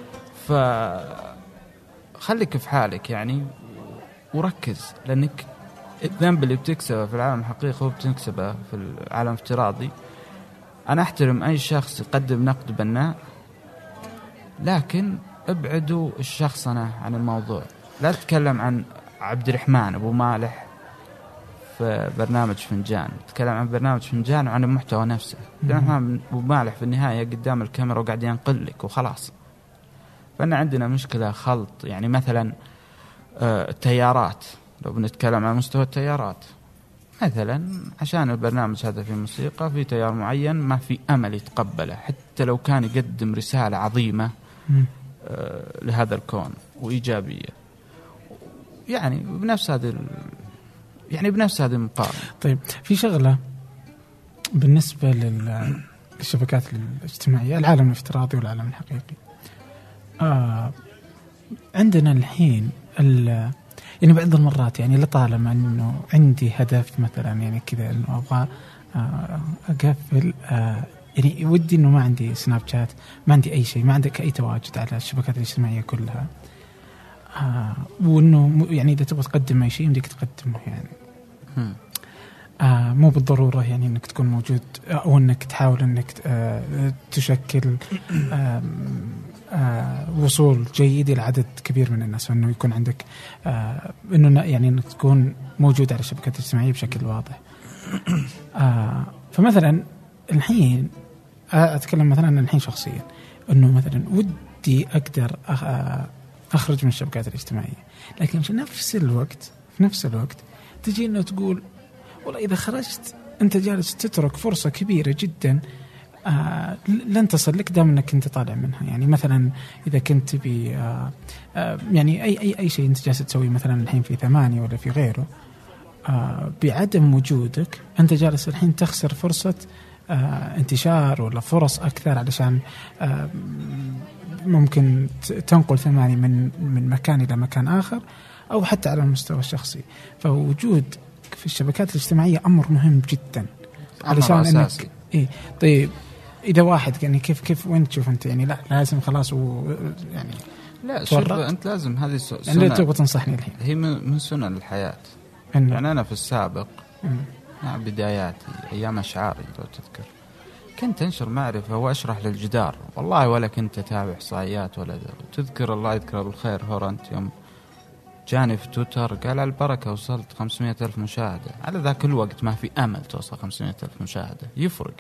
Speaker 2: فخليك في حالك يعني وركز، لأنك الذنب اللي بتكسبه في العالم الحقيقي هو بتكسبه في العالم الافتراضي. أنا أحترم أي شخص يقدم نقد بناء، لكن ابعدوا الشخصنة عن الموضوع. لا تتكلم عن عبد الرحمن أبو مالح في برنامج فنجان، تتكلم عن برنامج فنجان وعن المحتوى نفسه. عبد الرحمن أبو مالح في النهاية قدام الكاميرا وقاعد ينقل لك وخلاص. فإن عندنا مشكلة خلط. يعني مثلا التيارات، لو بنتكلم عن مستوى التيارات مثلا، عشان البرنامج هذا في موسيقى في تيار معين ما في أمل يتقبله، حتى لو كان يقدم رسالة عظيمة لهذا الكون وإيجابية، يعني بنفس هذه المقارنة.
Speaker 1: طيب في شغلة بالنسبة للشبكات الاجتماعية، العالم الافتراضي والعالم الحقيقي. عندنا الحين يعني بعض المرات يعني لطالما أنه عندي هدف مثلا، يعني كذا أنه أبغى أقفل، يعني ودي أنه ما عندي سناب شات، ما عندي أي شيء، ما عندك أي تواجد على الشبكات الاجتماعية كلها، وأنه يعني إذا تبغى تقدم أي شيء يمديك تقدمه يعني. مو بالضرورة يعني أنك تكون موجود أو أنك تحاول أنك تشكل وصول جيد إلى عدد كبير من الناس، وأنه يكون عندك أنه يعني أنك تكون موجود على الشبكات الاجتماعية بشكل واضح. فمثلا الحين أتكلم مثلا الحين شخصيا، أنه مثلا ودي أقدر أخرج من الشبكات الاجتماعية، لكن في نفس الوقت تجي أنه تقول والله إذا خرجت أنت جالس تترك فرصة كبيرة جدا لن تصل لك دام أنك أنت طالع منها. يعني مثلا إذا كنت يعني أي شيء أنت جالس تسوي مثلا الحين في 8 ولا في غيره، بعدم وجودك أنت جالس الحين تخسر فرصة انتشار ولا فرص أكثر، علشان ممكن تنقل 8 من مكان إلى مكان آخر، أو حتى على المستوى الشخصي. فوجود في الشبكات الاجتماعية أمر مهم جدا، علشان أنك طيب إذا واحد يعني كيف وين تشوف أنت يعني لا لازم خلاص يعني
Speaker 2: لا شوف أنت لازم هذه سنة
Speaker 1: يعني تبغى تنصحني الحين،
Speaker 2: هي من سنن الحياة. يعني أنا في السابق مع بداياتي أيام أشعاري لو تذكر كنت أنشر معرفة وأشرح للجدار والله، ولا كنت أتابع إحصائيات ولا تذكر الله يذكره بالخير هورنت يوم جاني في تويتر قال على البركة وصلت 500,000 مشاهدة. على ذاك الوقت ما في أمل توصل 500,000 مشاهدة، يفرق.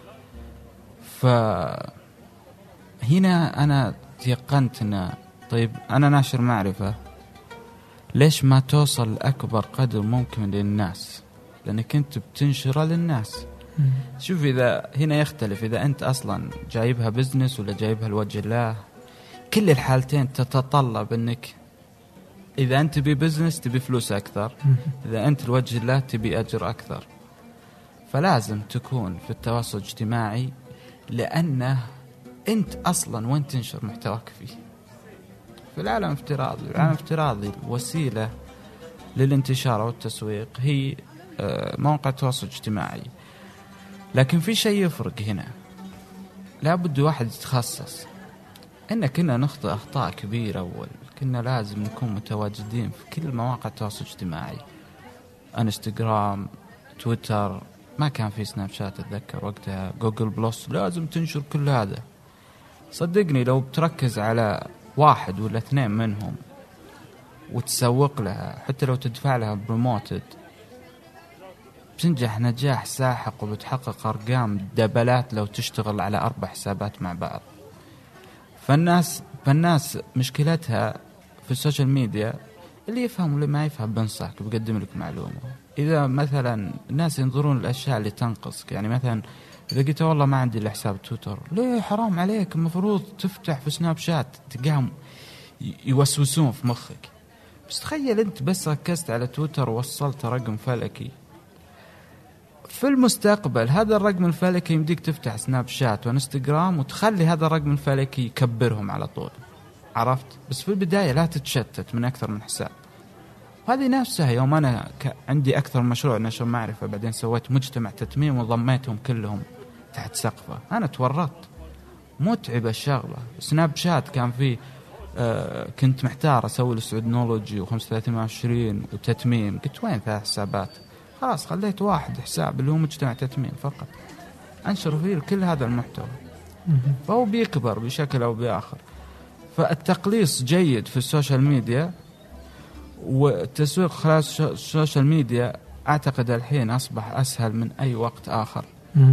Speaker 2: فهنا أنا تيقنت أن طيب أنا ناشر معرفة، ليش ما توصل لأكبر قدر ممكن للناس؟ لأنك أنت بتنشره للناس. شوف إذا هنا يختلف، إذا أنت أصلا جايبها بزنس ولا جايبها لوجه الله، كل الحالتين تتطلب أنك إذا أنت تبي بزنس تبي فلوس أكثر، إذا أنت لوجه الله تبي أجر أكثر. فلازم تكون في التواصل الاجتماعي، لأنه أنت أصلا وين تنشر محتواك فيه. في العالم افتراضي، العالم افتراضي وسيلة للانتشار والتسويق هي موقع التواصل الاجتماعي. لكن في شيء يفرق هنا، لابد واحد يتخصص. كنا نخطئ أخطاء كبيرة أول، كنا لازم نكون متواجدين في كل مواقع التواصل الاجتماعي، انستغرام، تويتر، ما كان في سناب شات أتذكر وقتها، جوجل بلس، لازم تنشر كل هذا. صدقني لو بتركز على 1 ولا 2 منهم وتسوق لها، حتى لو تدفع لها بروموتد، بتنجح نجاح ساحق وبتحقق أرقام دبلات لو تشتغل على 4 حسابات مع بعض. فالناس مشكلتها في السوشيال ميديا، اللي يفهم واللي ما يفهم بنصحك بقدم لك معلومة. إذا مثلا الناس ينظرون الأشياء اللي تنقصك، يعني مثلا إذا قلت والله ما عندي إلا حساب تويتر، ليه حرام عليك المفروض تفتح في سناب شات، تقام يوسوسون في مخك. بس تخيل أنت بس ركزت على تويتر ووصلت رقم فلكي، في المستقبل هذا الرقم الفلكي يمديك تفتح سناب شات وانستغرام وتخلي هذا الرقم الفلكي يكبرهم على طول، عرفت؟ بس في البداية لا تتشتت من أكثر من حساب. هذه نفسها يوم أنا عندي أكثر مشروع نشر معرفة، بعدين سويت مجتمع تتميم وضميتهم كلهم تحت سقفه، أنا تورطت. متعبة الشغلة. سناب شات كان فيه كنت محتار أسوي السعودنولوجي و3520 وتتميم، قلت وين 3 حسابات؟ خلاص خليت واحد حساب اللي هو مجتمع تتميم فقط، أنشر فيه كل هذا المحتوى، فهو بيكبر بشكل أو بآخر. فالتقليص جيد في السوشيال ميديا، والتسويق خلال السوشيال ميديا أعتقد الحين أصبح أسهل من أي وقت آخر.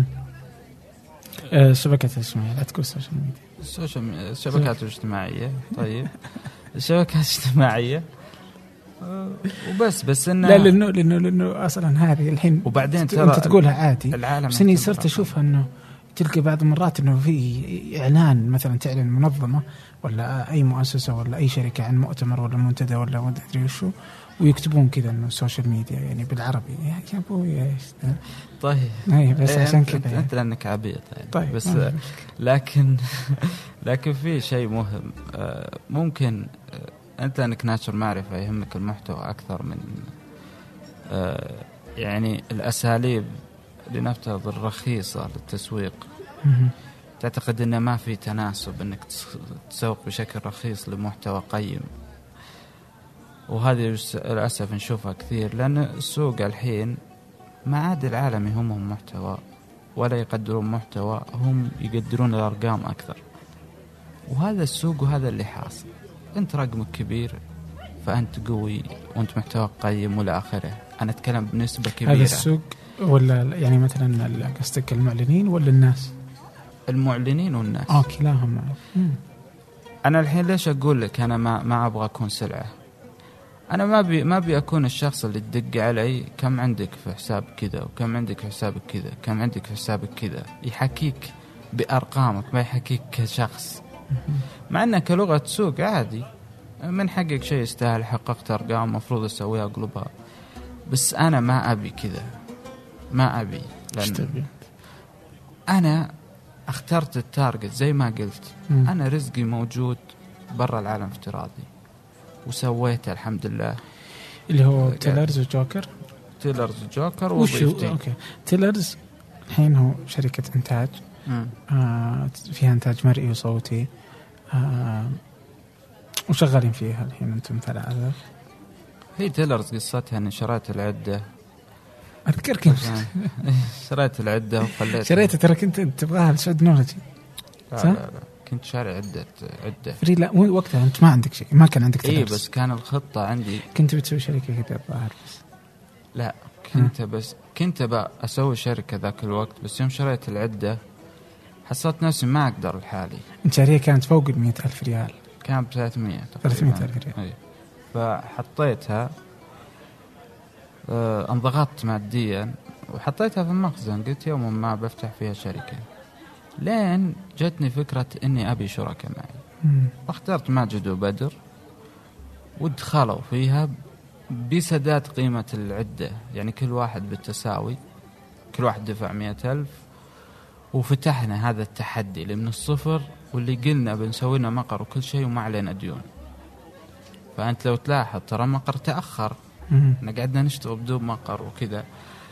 Speaker 1: شبكات الاجتماعية، لا تقول السوشيال ميديا،
Speaker 2: الشبكات الاجتماعية. طيب الشبكات الاجتماعية وبس إنه
Speaker 1: لا لأنه أصلا هذه الحين
Speaker 2: وبعدين
Speaker 1: أنت تقولها عادي، بس إني صرت أشوفها إنه تلقى بعض المرات إنه في إعلان مثلا تعلن منظمة ولا أي مؤسسة ولا أي شركة عن مؤتمر ولا منتدى ولا ما أدري وشو، ويكتبون كذا إنه السوشيال ميديا يعني بالعربي. يا أبوي إيش
Speaker 2: طيب
Speaker 1: بس عشان كذا
Speaker 2: أنت لأنك عبيط يعني.
Speaker 1: طيب
Speaker 2: بس لكن في شيء مهم، ممكن أنت أنك ناشر معرفة يهمك المحتوى أكثر من يعني الأساليب لنفترض الرخيصة للتسويق. تعتقد أنه ما في تناسب أنك تسوق بشكل رخيص لمحتوى قيم، وهذه للأسف نشوفها كثير، لأن السوق الحين ما عاد العالم يهمهم محتوى ولا يقدرون محتوى، هم يقدرون الأرقام أكثر. وهذا السوق وهذا اللي حاصل. أنت رقمك كبير فأنت قوي وأنت محتوى قيم ولا آخره. أنا أتكلم بنسبة كبيرة.
Speaker 1: هذا السوق ولا يعني مثلا قصدك المعلنين ولا الناس؟
Speaker 2: المعلنين والناس.
Speaker 1: كلاهم.
Speaker 2: أنا الحين ليش أقول لك أنا ما أبغى أكون سلعة؟ أنا ما أبي أكون الشخص اللي تدق علي كم عندك في حساب كذا وكم عندك في حسابك كذا كم عندك في حسابك كذا، يحكيك بأرقامك ما يحكيك كشخص. مع أنك كلغة سوق عادي من حقك شيء يستاهل، حققت أرقام مفروض أسويها أقلبها، بس أنا ما أبي كذا، ما أبي. لأن أنا اخترت التارجت زي ما قلت. أنا رزقي موجود برا العالم افتراضي وسويته الحمد لله،
Speaker 1: اللي هو تيلرز وجوكر.
Speaker 2: تيلرز وجوكر وبيفتي.
Speaker 1: تيلرز الحين هو شركة إنتاج فيها إنتاج مرئي وصوتي، وشغالين فيها الحين أنتم 3.
Speaker 2: هي تيلرز قصتها أن شريت العدة،
Speaker 1: أذكرك
Speaker 2: شريت العدة وخليتها.
Speaker 1: شريتها ترى كنت تبغاها لسعودنولوجي صح؟
Speaker 2: لا كنت شاري عدة
Speaker 1: فري. لا وقتها أنت ما عندك شيء، ما كان عندك تيلرز.
Speaker 2: إيه بس كان الخطة عندي
Speaker 1: كنت بتسوي شركة كذا الظاهر. بس
Speaker 2: لا كنت أسوي شركة ذاك الوقت، بس يوم شريت العدة حسيت نفسي ما أقدر لحالي.
Speaker 1: أنت شارية كانت فوق 100,000 ريال،
Speaker 2: كان 300,000
Speaker 1: ريال.
Speaker 2: أيه. فحطيتها، انضغطت ماديا وحطيتها في المخزن، قلت يوم ما بفتح فيها شركة. لين جتني فكرة إني أبي شركة معي، واخترت ماجد وبدر ودخلوا فيها بسداد قيمة العدة، يعني كل واحد بالتساوي، كل واحد دفع 100,000، وفتحنا هذا التحدي اللي من الصفر، واللي قلنا بنسوينا مقر وكل شيء وما علينا ديون. فأنت لو تلاحظ ترى مقر تأخر، قعدنا نشتغل بدون مقر وكذا.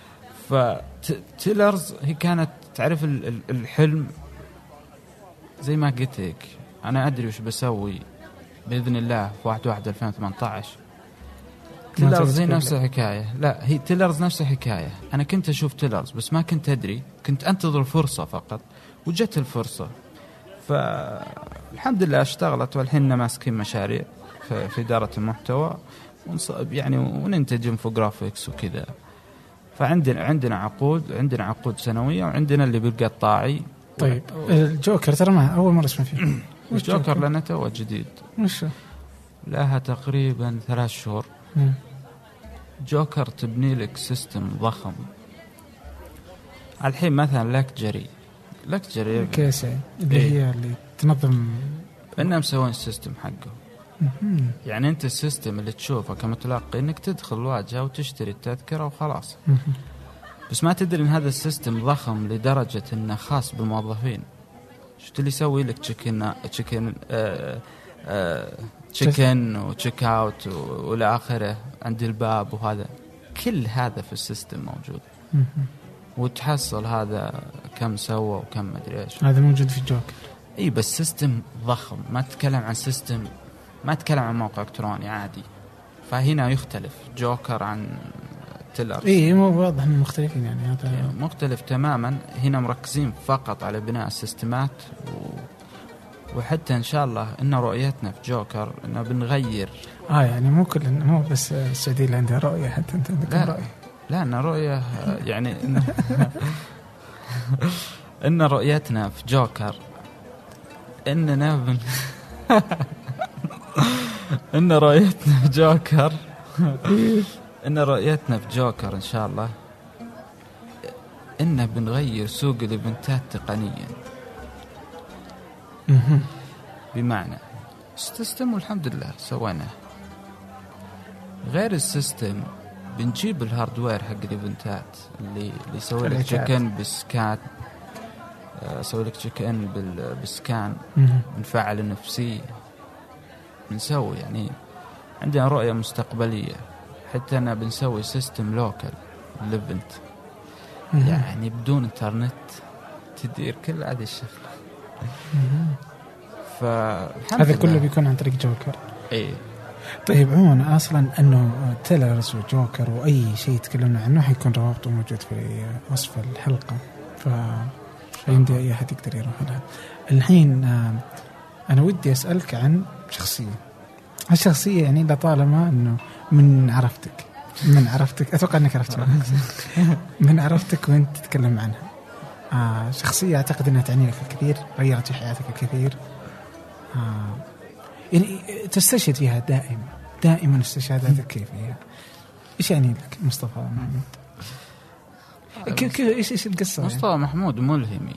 Speaker 2: فتيلرز هي كانت تعرف الحلم، زي ما قلت لك أنا أدري وش بسوي بإذن الله في 1/1/2018. تيلرز هي نفس الحكاية. لا هي تيلرز نفس الحكاية. أنا كنت أشوف تيلرز بس ما كنت أدري، كنت أنتظر فرصة فقط، وجت الفرصة. فالحمد لله اشتغلت، والحين ماسكين مشاريع في إدارة المحتوى يعني وننتج انفوجرافيكس وكذا. فعندنا عقود سنوية، وعندنا اللي بالقطاعي.
Speaker 1: طيب الجوكر ترى ما أول مرة اسمع فيه.
Speaker 2: الجوكر لنا توه جديد،
Speaker 1: وش
Speaker 2: لها تقريبا 3 شهور. جوكر تبني لك سيستم ضخم. الحين مثلا لكجري
Speaker 1: كيسة اللي هي اللي تنظم،
Speaker 2: إنهم مسوين السيستم حقه. يعني أنت السيستم اللي تشوفه كمتلقي إنك تدخل الواجهة وتشتري التذكرة وخلاص. بس ما تدري إن هذا السيستم ضخم لدرجة إنه خاص بالموظفين. شفت اللي يسوي لك تشيكن وتشيك اوت والى اخره عند الباب، وهذا كل هذا في السيستم موجود. وتحصل هذا كم سوى وكم ما ادري ايش.
Speaker 1: هذا موجود في جوكر.
Speaker 2: اي بس سيستم ضخم، ما تتكلم عن سيستم، ما تتكلم عن موقع الكتروني عادي. فهنا يختلف جوكر عن تيلر.
Speaker 1: اي مو واضح انهم مختلفين، يعني هذا
Speaker 2: مختلف تماما. هنا مركزين فقط على بناء السيستمات وحتى ان شاء الله ان رؤيتنا في جوكر انه بنغير.
Speaker 1: يعني مو بس السعودية اللي عندها رؤية، حتى انت عندكم رؤية.
Speaker 2: لا ان رؤية يعني ان رؤيتنا في جوكر اننا ان رؤيتنا في جوكر ان رؤيتنا في جوكر ان شاء الله انه بنغير سوق الايفنتات تقنيا. بمعنى السيستم والحمد لله سويناه. غير السيستم بنجيب الهاردوير حق الايفنتات اللي يسوي لك تشيكن بالسكان، يسوي لك تشيكن بالسكان، بنفعل النفسي، بنسوي يعني عندنا رؤية مستقبلية. حتى أنا بنسوي سيستم لوكال للإيفنت، يعني بدون انترنت تدير كل هذه الشغلة.
Speaker 1: هذا كله بيكون عن طريق جوكر.
Speaker 2: ايه.
Speaker 1: طيب عموما اصلا انه تيلرز وجوكر واي شيء تكلمنا عنه حيكون روابطه موجود في وصف الحلقه، فيمدي اي احد يقدر يروح لها. الحين انا ودي اسالك عن الشخصيه يعني لطالما انه من عرفتك اتوقع انك عرفتها من عرفتك وانت تتكلم عنها. شخصيه اعتقد انها تعني لك الكثير، غيرت في حياتك الكثير. يعني تستشهد فيها دائما استشهاداتك كيف هي؟ ايش يعني لك مصطفى محمود؟ ايش القصه؟
Speaker 2: مصطفى يعني؟ محمود ملهمي.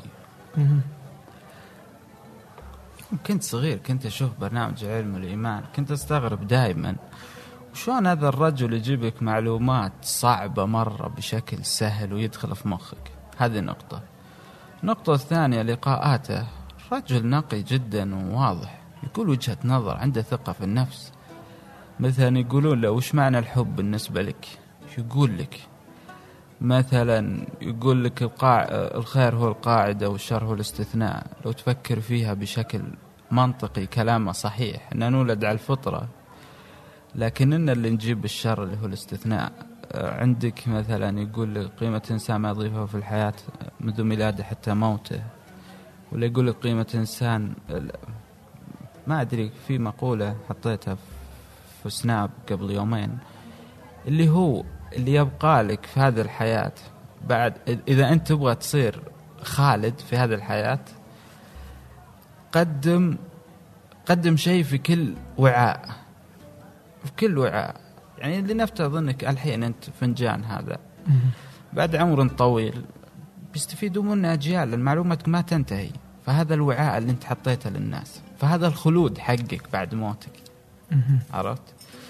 Speaker 2: كنت صغير كنت اشوف برنامج علم الايمان، كنت استغرب دائما وشون هذا الرجل يجيبك معلومات صعبه مره بشكل سهل ويدخل في مخك. هذه النقطه الثانيه لقاءاته، رجل نقي جدا وواضح، يقول وجهة نظر، عنده ثقة في النفس. مثلا يقولون له وش معنى الحب بالنسبة لك، يقول لك مثلا، يقول لك الخير هو القاعدة والشر هو الاستثناء. لو تفكر فيها بشكل منطقي كلامه صحيح، أننا نولد على الفطرة لكننا اللي نجيب الشر اللي هو الاستثناء. عندك مثلا يقول لك قيمة إنسان ما يضيفه في الحياة منذ ميلاده حتى موته. ولا يقول لك قيمة إنسان، ما أدري، في مقولة حطيتها في سناب قبل يومين، اللي هو اللي يبقى لك في هذه الحياة بعد، إذا أنت تبغى تصير خالد في هذه الحياة، قدم شيء في كل وعاء، يعني اللي نفترض أنك الحين أنت فنجان هذا بعد عمر طويل بيستفيدوا منه أجيال، المعلومات ما تنتهي. فهذا الوعاء اللي انت حطيته للناس، فهذا الخلود حقك بعد موتك. عرفت؟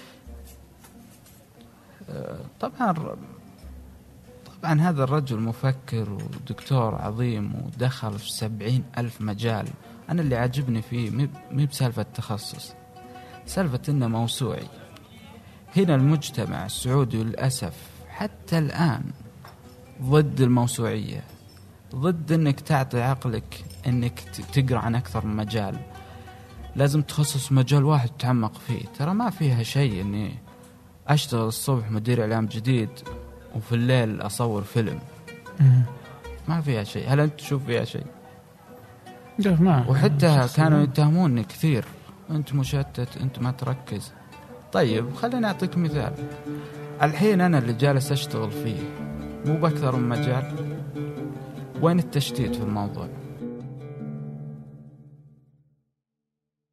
Speaker 2: طبعا هذا الرجل مفكر ودكتور عظيم ودخل في 70,000 مجال. أنا اللي عجبني فيه مي بسالفة تخصص، سالفة إنه موسوعي. هنا المجتمع السعودي للأسف حتى الآن ضد الموسوعية، ضد انك تعطي عقلك انك تقرأ عن اكثر من مجال. لازم تخصص مجال واحد تتعمق فيه. ترى ما فيها شيء اني اشتغل الصبح مدير اعلام جديد وفي الليل اصور فيلم. ما فيها شيء. هل انت تشوف فيها شيء؟ وحتى كانوا يتهموني كثير، انت مشتت، انت ما تركز. طيب خليني اعطيك مثال. الحين انا اللي جالس اشتغل فيه مو باكثر من مجال، وين التشتيت في الموضوع؟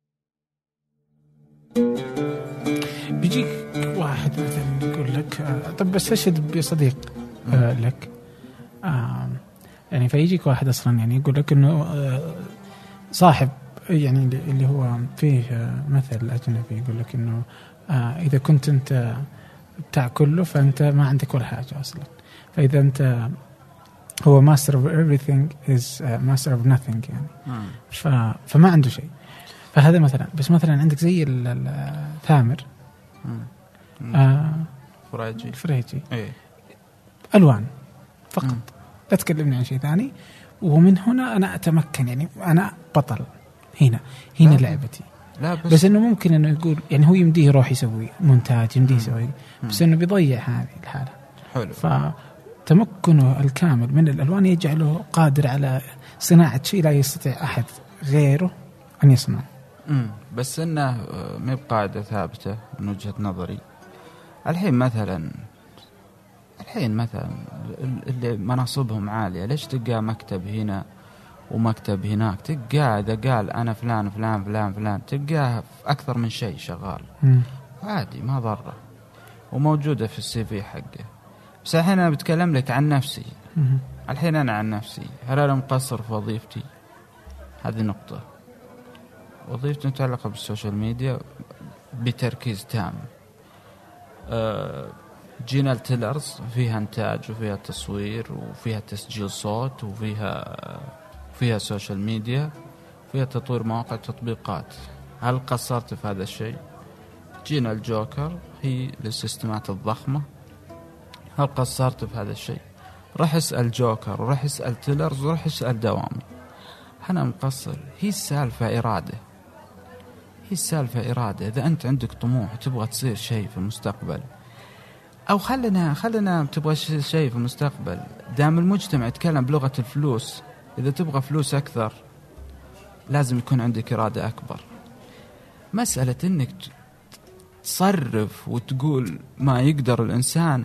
Speaker 1: بيجيك واحد مثلا يقول لك طب استشهد بصديق لك، يعني فيجيك واحد أصلا يعني يقول لك إنه صاحب يعني اللي هو فيه مثل أجنبي يقول لك إنه إذا كنت أنت بتاع كله فأنت ما عندك ولا حاجة أصلا. فإذا أنت هو master of everything is master of nothing يعني. فما عنده شيء. فهذا مثلا. بس مثلا عندك زي الثامر فريجي
Speaker 2: إيه؟
Speaker 1: ألوان فقط، لا تكلمني عن شيء ثاني. ومن هنا أنا أتمكن، يعني أنا بطل هنا لعبتي.
Speaker 2: لا
Speaker 1: بس إنه ممكن إنه يقول يعني هو يمديه يروح يسوي مونتاج، يمديه يسوي، بس إنه بيضيع هذه الحالة.
Speaker 2: حلو.
Speaker 1: فتمكنه الكامل من الألوان يجعله قادر على صناعة شيء لا يستطيع أحد غيره أن يصنع.
Speaker 2: بس إنه ما بقاعدة ثابتة من وجهة نظري. الحين مثلا اللي مناصبهم عالية، ليش تلقى مكتب هنا ومكتب هناك؟ تلقى إذا قال أنا فلان فلان فلان فلان تلقاه في أكثر من شيء شغال عادي، ما ضره، وموجودة في السي في حقه. بس الحين أنا بتكلم لك عن نفسي. الحين أنا عن نفسي، هل أنا مقصر في وظيفتي؟ هذه نقطة. وظيفتي متعلقة بالسوشيال ميديا بتركيز تام. جينا التيلرز فيها إنتاج وفيها تصوير وفيها تسجيل صوت وفيها سوشيال ميديا وفيها تطوير مواقع تطبيقات. هل قصرت في هذا الشيء؟ جينا الجوكر هي للسيستمات الضخمة، هل قصرت في هذا الشيء؟ راح اسأل جوكر وراح اسأل تيلرز وراح اسأل دوامي. أنا مقصر. هي السالفة إرادة. إذا أنت عندك طموح تبغى تصير شيء في المستقبل، أو خلنا تبغى شيء في المستقبل، دام المجتمع يتكلم بلغة الفلوس، إذا تبغى فلوس أكثر لازم يكون عندك إرادة أكبر. مسألة إنك تصرف وتقول ما يقدر الإنسان،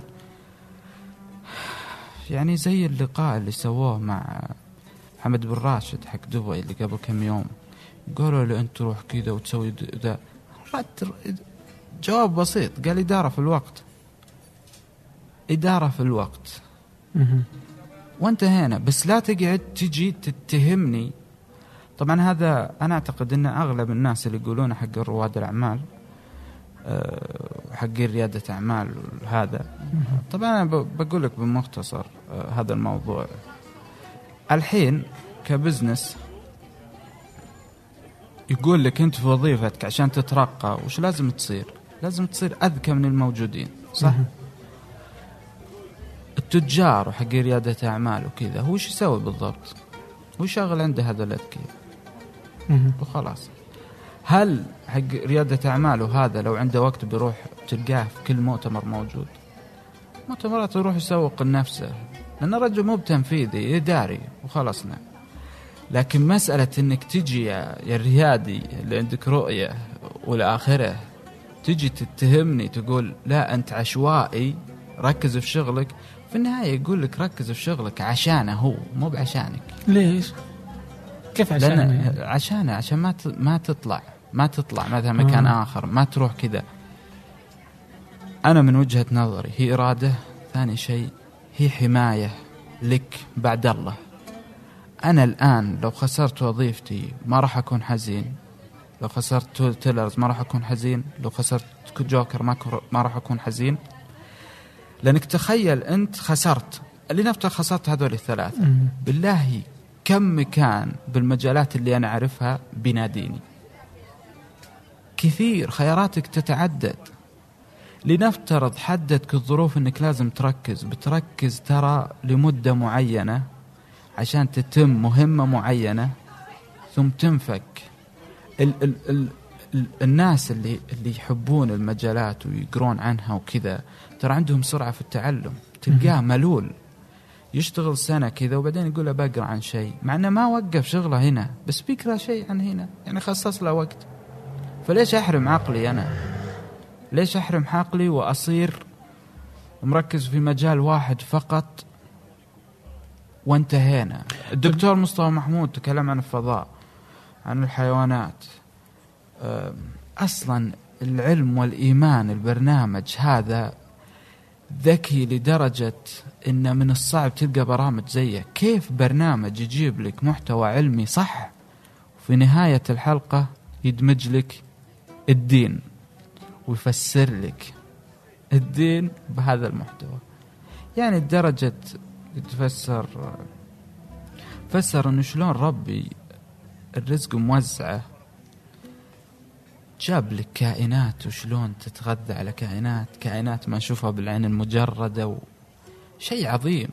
Speaker 2: يعني زي اللقاء اللي سووه مع محمد بن راشد حق دبي اللي قبل كم يوم، قالوا له أنت تروح كذا وتسوي ذا. جواب بسيط، قال إدارة في الوقت وانتهينا. بس لا تقعد تجي تتهمني. طبعا هذا أنا أعتقد أن أغلب الناس اللي يقولون حق رواد الأعمال حق ريادة أعمال هذا، طبعا أنا بقول لك بمختصر هذا الموضوع. الحين كبزنس يقول لك أنت في وظيفتك عشان تترقى وش لازم تصير؟ لازم تصير أذكى من الموجودين، صح؟ التجار وحق ريادة أعمال وكذا هو وش يسوي بالضبط؟ هو شغل عنده هذا الأذكياء وخلاص. هل حق ريادة أعمال وهذا لو عنده وقت بيروح تلقاه في كل مؤتمر موجود؟ مؤتمرات يروح يسوق لنفسه، لأن الرجل مو بتنفيذي، إداري وخلصنا. لكن مسألة إنك تجي يا الريادي اللي عندك رؤية والآخرة تجي تتهمني تقول لا أنت عشوائي ركز في شغلك، في النهاية يقول لك ركز في شغلك عشانه هو مو بعشانك.
Speaker 1: ليش؟ كيف عشانه؟
Speaker 2: عشانه عشان ما تطلع مثلا مكان آخر، ما تروح كذا. أنا من وجهة نظري هي إرادة، ثاني شيء هي حماية لك بعد الله. أنا الآن لو خسرت وظيفتي ما راح أكون حزين، لو خسرت تيلرز ما راح أكون حزين، لو خسرت جوكر ما راح أكون حزين. لأنك تخيل أنت خسرت اللي نفترض خسرت هذول الثلاثة، بالله كم مكان بالمجالات اللي أنا أعرفها بناديني كثير، خياراتك تتعدد. لنفترض حددك الظروف أنك لازم بتركز ترى لمدة معينة عشان تتم مهمة معينة ثم تنفك. الناس اللي يحبون المجالات ويقرون عنها وكذا ترى عندهم سرعة في التعلم، تلقاه ملول يشتغل سنة كذا وبعدين يقول له بقرأ عن شيء، مع أنه ما وقف شغله هنا بس بيقرأ شيء عن هنا، يعني خصص له وقت. فليش أحرم عقلي أنا؟ ليش أحرم عقلي وأصير مركز في مجال واحد فقط وانتهينا؟ الدكتور مصطفى محمود تكلم عن الفضاء، عن الحيوانات. أصلا العلم والإيمان البرنامج هذا ذكي لدرجة إن من الصعب تلقى برامج زيه. كيف برنامج يجيب لك محتوى علمي صح وفي نهاية الحلقة يدمج لك الدين ويفسر لك الدين بهذا المحتوى. يعني لدرجة فسر إنه شلون ربي الرزق موزعه، جاب لك كائنات وشلون تتغذى على كائنات ما نشوفها بالعين المجردة شيء عظيم.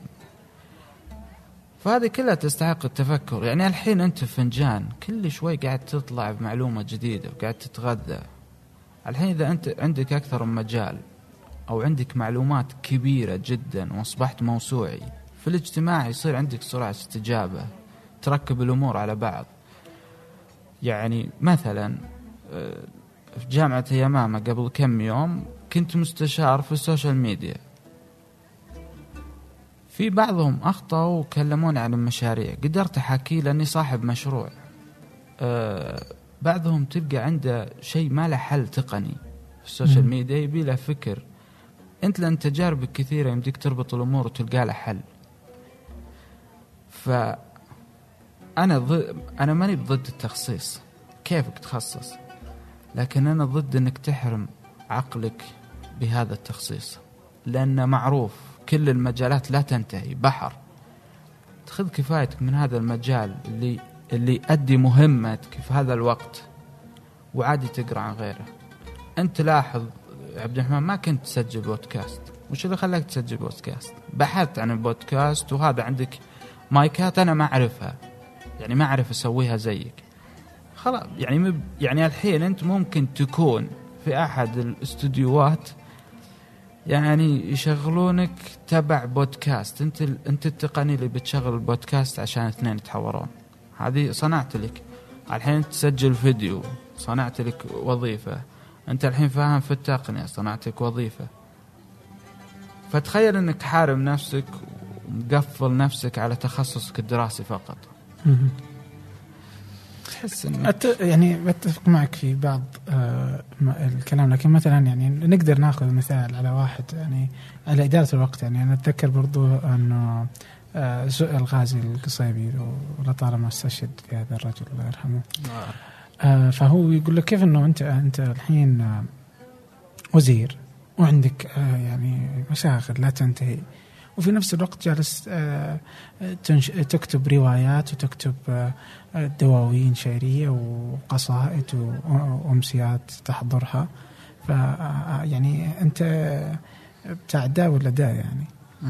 Speaker 2: فهذه كلها تستحق التفكر. يعني الحين أنت في فنجان كل شوي قاعد تطلع بمعلومة جديدة وقاعد تتغذى. الحين إذا أنت عندك أكثر من مجال أو عندك معلومات كبيرة جدا وأصبحت موسوعي، في الاجتماع يصير عندك سرعة استجابة، تركب الأمور على بعض. يعني مثلا في جامعة يمامة قبل كم يوم كنت مستشار في السوشيال ميديا، في بعضهم أخطأوا وكلموني عن المشاريع، قدرت أحكي لأني صاحب مشروع. بعضهم تلقى عنده شيء ما له حل تقني في السوشيال ميديا، يبي له فكر. أنت لأن تجاربك كثيرة يمديك تربط الأمور وتلقى له حل. أنا ماني ضد التخصيص، كيفك تخصص، لكن أنا ضد أنك تحرم عقلك بهذا التخصيص، لأن معروف كل المجالات لا تنتهي، بحر. تأخذ كفايتك من هذا المجال اللي يؤدي مهمتك في هذا الوقت وعادي تقرأ عن غيره. أنت لاحظ عبد الرحمن ما كنت تسجل بودكاست، وش اللي خلاك تسجل بودكاست؟ بحثت عن البودكاست، وهذا عندك مايكات أنا ما أعرفها، يعني ما أعرف أسويها زيك. خلاص يعني الحين أنت ممكن تكون في أحد الاستوديوهات يعني يشغلونك تبع بودكاست. أنت التقني اللي بتشغل البودكاست عشان اثنين يتحورون، هذه صنعت لك. الحين تسجل فيديو، صنعت لك وظيفة. أنت الحين فاهم في التقنية، صنعت لك وظيفة. فتخيل أنك تحارم نفسك ومقفل نفسك على تخصصك الدراسي فقط. تحس
Speaker 1: يعني بتفق معك في بعض الكلام، لكن مثلا يعني نقدر ناخذ مثال على واحد يعني على إدارة الوقت. يعني أنا أتذكر برضو أنه الغازي القصيبي ولطالما استشهد في هذا الرجل الله يرحمه. فهو يقول لك كيف أنه أنت الحين وزير وعندك يعني مشاغل لا تنتهي، وفي نفس الوقت جالس تكتب روايات وتكتب دواوين شعرية وقصائد وأمسيات تحضرها. يعني أنت بتاع دا ولا دا يعني.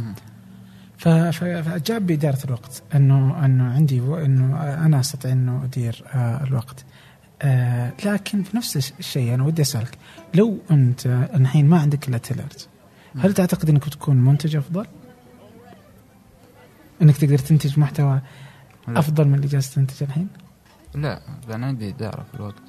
Speaker 1: فأجاب بإدارة الوقت إنه عندي إنه أنا أستطيع إنه أدير الوقت. لكن في نفس الشيء أنا ودي أسألك، لو أنت الحين ما عندك إلا تيلرز، هل تعتقد إنك بتكون منتج أفضل؟ إنك تقدر تنتج محتوى أفضل من اللي جالس تنتج الحين؟
Speaker 2: لا، أنا عندي إدارة في الوقت.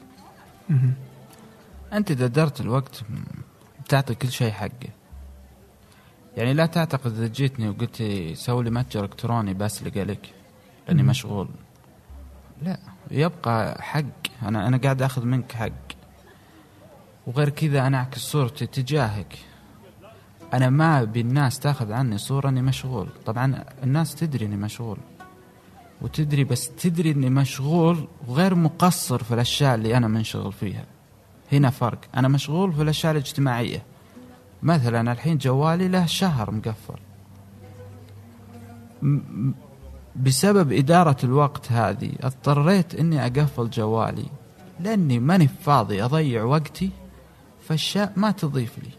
Speaker 2: أنت إذا دارت الوقت بتعطي كل شيء حقه. يعني لا تعتقد إذا جيتني وقلت لي سوي لي متجر إلكتروني بس لقالك لأني مشغول. لا، يبقى حق. أنا قاعد أخذ منك حق، وغير كذا أنا أعكس صورتي تجاهك. أنا ما بالناس تأخذ عني صورة أني مشغول. طبعا الناس تدري أني مشغول وتدري، بس تدري أني مشغول وغير مقصر في الأشياء اللي أنا منشغل فيها. هنا فرق. أنا مشغول في الأشياء الاجتماعية. مثلا الحين جوالي له شهر مقفل بسبب إدارة الوقت هذه. اضطريت أني أقفل جوالي لأني ماني فاضي أضيع وقتي في أشياء ما تضيف لي.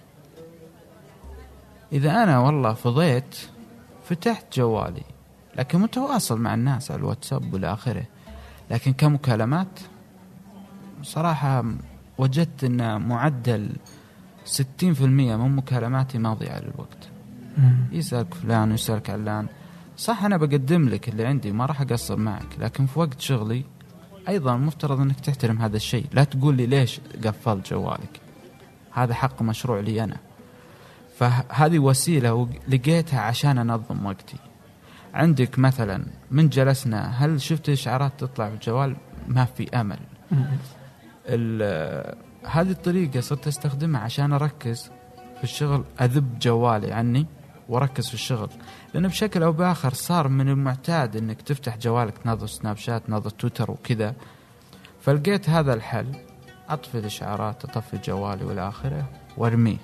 Speaker 2: إذا أنا والله فضيت فتحت جوالي، لكن متواصل مع الناس على الواتساب والآخره، لكن كمكالمات صراحة وجدت أن معدل 60% من مكالماتي ماضية على الوقت. يسألك فلان ويسألك علان. صح أنا بقدم لك اللي عندي، ما راح أقصر معك، لكن في وقت شغلي أيضا مفترض أنك تحترم هذا الشيء. لا تقول لي ليش قفلت جوالك، هذا حق مشروع لي أنا. فهذه وسيلة لقيتها عشان أنظم وقتي. عندك مثلا من جلسنا، هل شفت إشعارات تطلع في الجوال؟ ما في أمل. هذه الطريقة صرت أستخدمها عشان أركز في في الشغل أذب جوالي عني وركز في الشغل، لأنه بشكل أو بآخر صار من المعتاد أنك تفتح جوالك تنظر سناب شات تنظر تويتر وكذا. فلقيت هذا الحل، أطفي الإشعارات أطفي جوالي والآخرة وارميه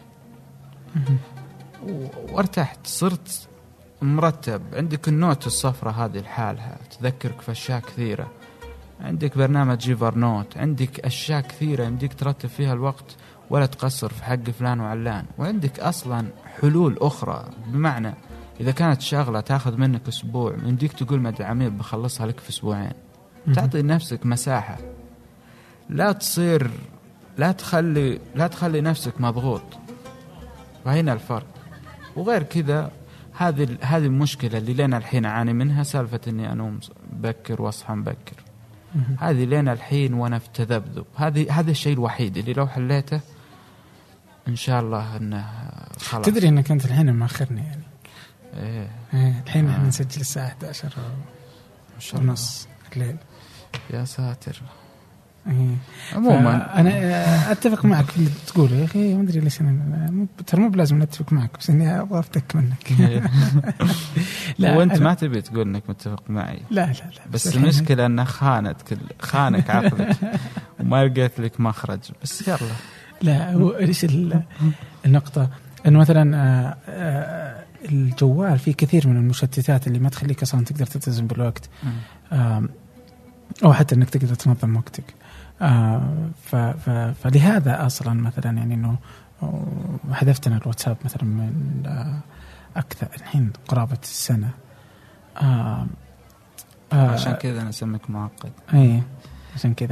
Speaker 2: وارتحت، صرت مرتب. عندك النوت الصفرة هذه لحالها تذكرك في أشياء كثيرة، عندك برنامج جيفر نوت، عندك أشياء كثيرة يمديك ترتب فيها الوقت ولا تقصر في حق فلان وعلان. وعندك أصلا حلول أخرى، بمعنى إذا كانت شغلة تأخذ منك أسبوع يمديك تقول مع عميل بخلصها لك في أسبوعين. تعطي نفسك مساحة، لا تخلي نفسك مضغوط. وهنا الفرق. وغير كذا هذه المشكلة اللي لنا الحين أعاني منها، سالفة إني أنوم بكر وأصحى مبكر، هذه لنا الحين وأنا في تذبذب. هذا الشيء الوحيد اللي لو حليته إن شاء الله إنه خلاص.
Speaker 1: تدري إنك أنت الحين مأخرني يعني. الحين احنا نسجل الساعة 11:30 الليل.
Speaker 2: يا ساتر.
Speaker 1: عموما أنا أتفق معك في اللي تقوله يا أخي، ما أدري ليش أنا ترى مو بلازم نتفق معك، بس إني أبغى أفتك منك.
Speaker 2: لا وأنت ما تبي تقول إنك متفق معي.
Speaker 1: لا
Speaker 2: بس المشكلة أنها خانك عقلك وما لقيت لك مخرج. بس يلا.
Speaker 1: لا هو إيش النقطة، إنه مثلا الجوال فيه كثير من المشتتات اللي ما تخليك أصلا تقدر تلتزم بالوقت، أو حتى إنك تقدر تنظم وقتك. فلهذا أصلا مثلا يعني إنه حذفتنا الواتساب مثلا من أكثر الحين قرابة السنة.
Speaker 2: عشان كذا أنا أسميك معقد.
Speaker 1: أي عشان كذا.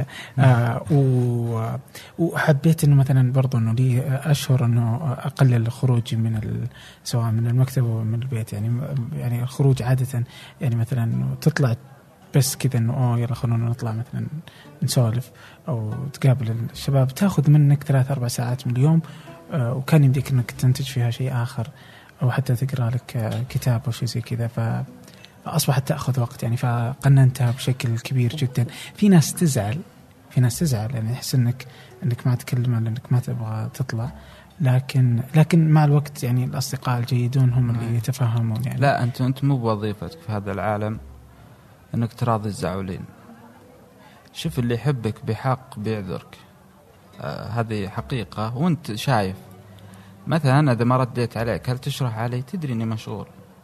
Speaker 1: وحبيت إنه مثلا برضو إنه لي أشهر إنه أقلل خروجي من سواء من المكتب أو من البيت. يعني الخروج عادة يعني مثلا تطلع بس كذا إنه يلا خلونا نطلع مثلا نسولف أو تقابل الشباب، تأخذ منك 3-4 ساعات من اليوم، وكان يمديك إنك تنتج فيها شيء آخر أو حتى تقرأ لك كتاب أو شيء زي كذا. فأصبحت تأخذ وقت يعني، فقننتها بشكل كبير جدا. في ناس تزعل يعني يحس إنك ما تكلم لأنك ما تبغى تطلع، لكن مع الوقت يعني الأصدقاء الجيدون هم اللي يتفهمون يعني.
Speaker 2: لا أنت مو بوظيفتك في هذا العالم أنك تراضي الزعولين. شوف اللي يحبك بحق بيعذرك، هذه حقيقة. وانت شايف مثلا أنا إذا ما رديت عليك هل تشرح علي؟ تدري أني مشغول.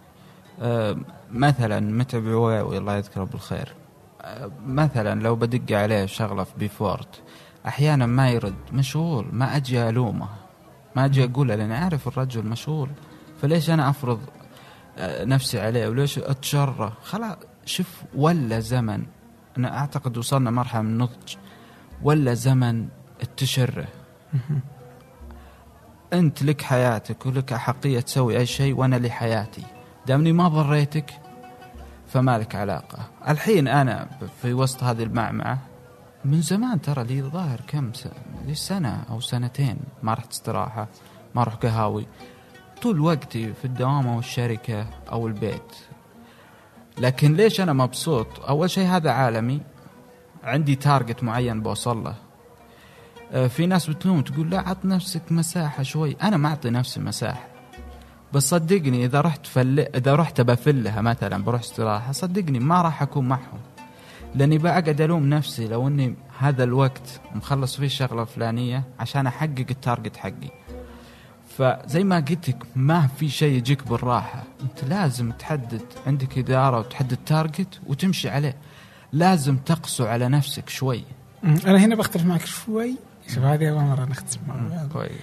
Speaker 2: مثلا متعب عواوي الله يذكره بالخير، مثلا لو بدق عليه شغلة في بيفورت أحيانا ما يرد، مشغول. ما أجي ألومه، ما أجي أقوله، لأن أعرف الرجل مشغول. فليش أنا أفرض نفسي عليه وليش أتشره؟ خلاص. شوف ولا زمن، أنا أعتقد وصلنا مرحلة من النضج، ولا زمن التشره. أنت لك حياتك ولك أحقية تسوي أي شيء، وأنا لي حياتي. دامني ما ضريتك فما لك علاقة. الحين أنا في وسط هذه المعمعة من زمان، ترى لي ظاهر كم لي سنة أو سنتين ما رحت استراحة، ما رح قهاوي، طول وقتي في الدوام أو الشركة أو البيت. لكن ليش أنا مبسوط؟ أول شيء هذا عالمي، عندي تارجت معين بوصل له. في ناس بتلوم تقول لا عط نفسك مساحة شوي. أنا ما أعطي نفسي مساحة، بس صدقني إذا رحت بفلها مثلا بروح استراحة، صدقني ما راح أكون معهم، لأني بقعد ألوم نفسي لو أني هذا الوقت مخلص فيه شغلة فلانية عشان أحقق التارجت حقي. فزي ما قلتك ما في شيء يجيك بالراحة، أنت لازم تحدد عندك إدارة وتحدد تارجت وتمشي عليه. لازم تقسو على نفسك شوي.
Speaker 1: أنا هنا بختلف معك شوي. شوف هذه أول مرة نختلف معك.
Speaker 2: كويس.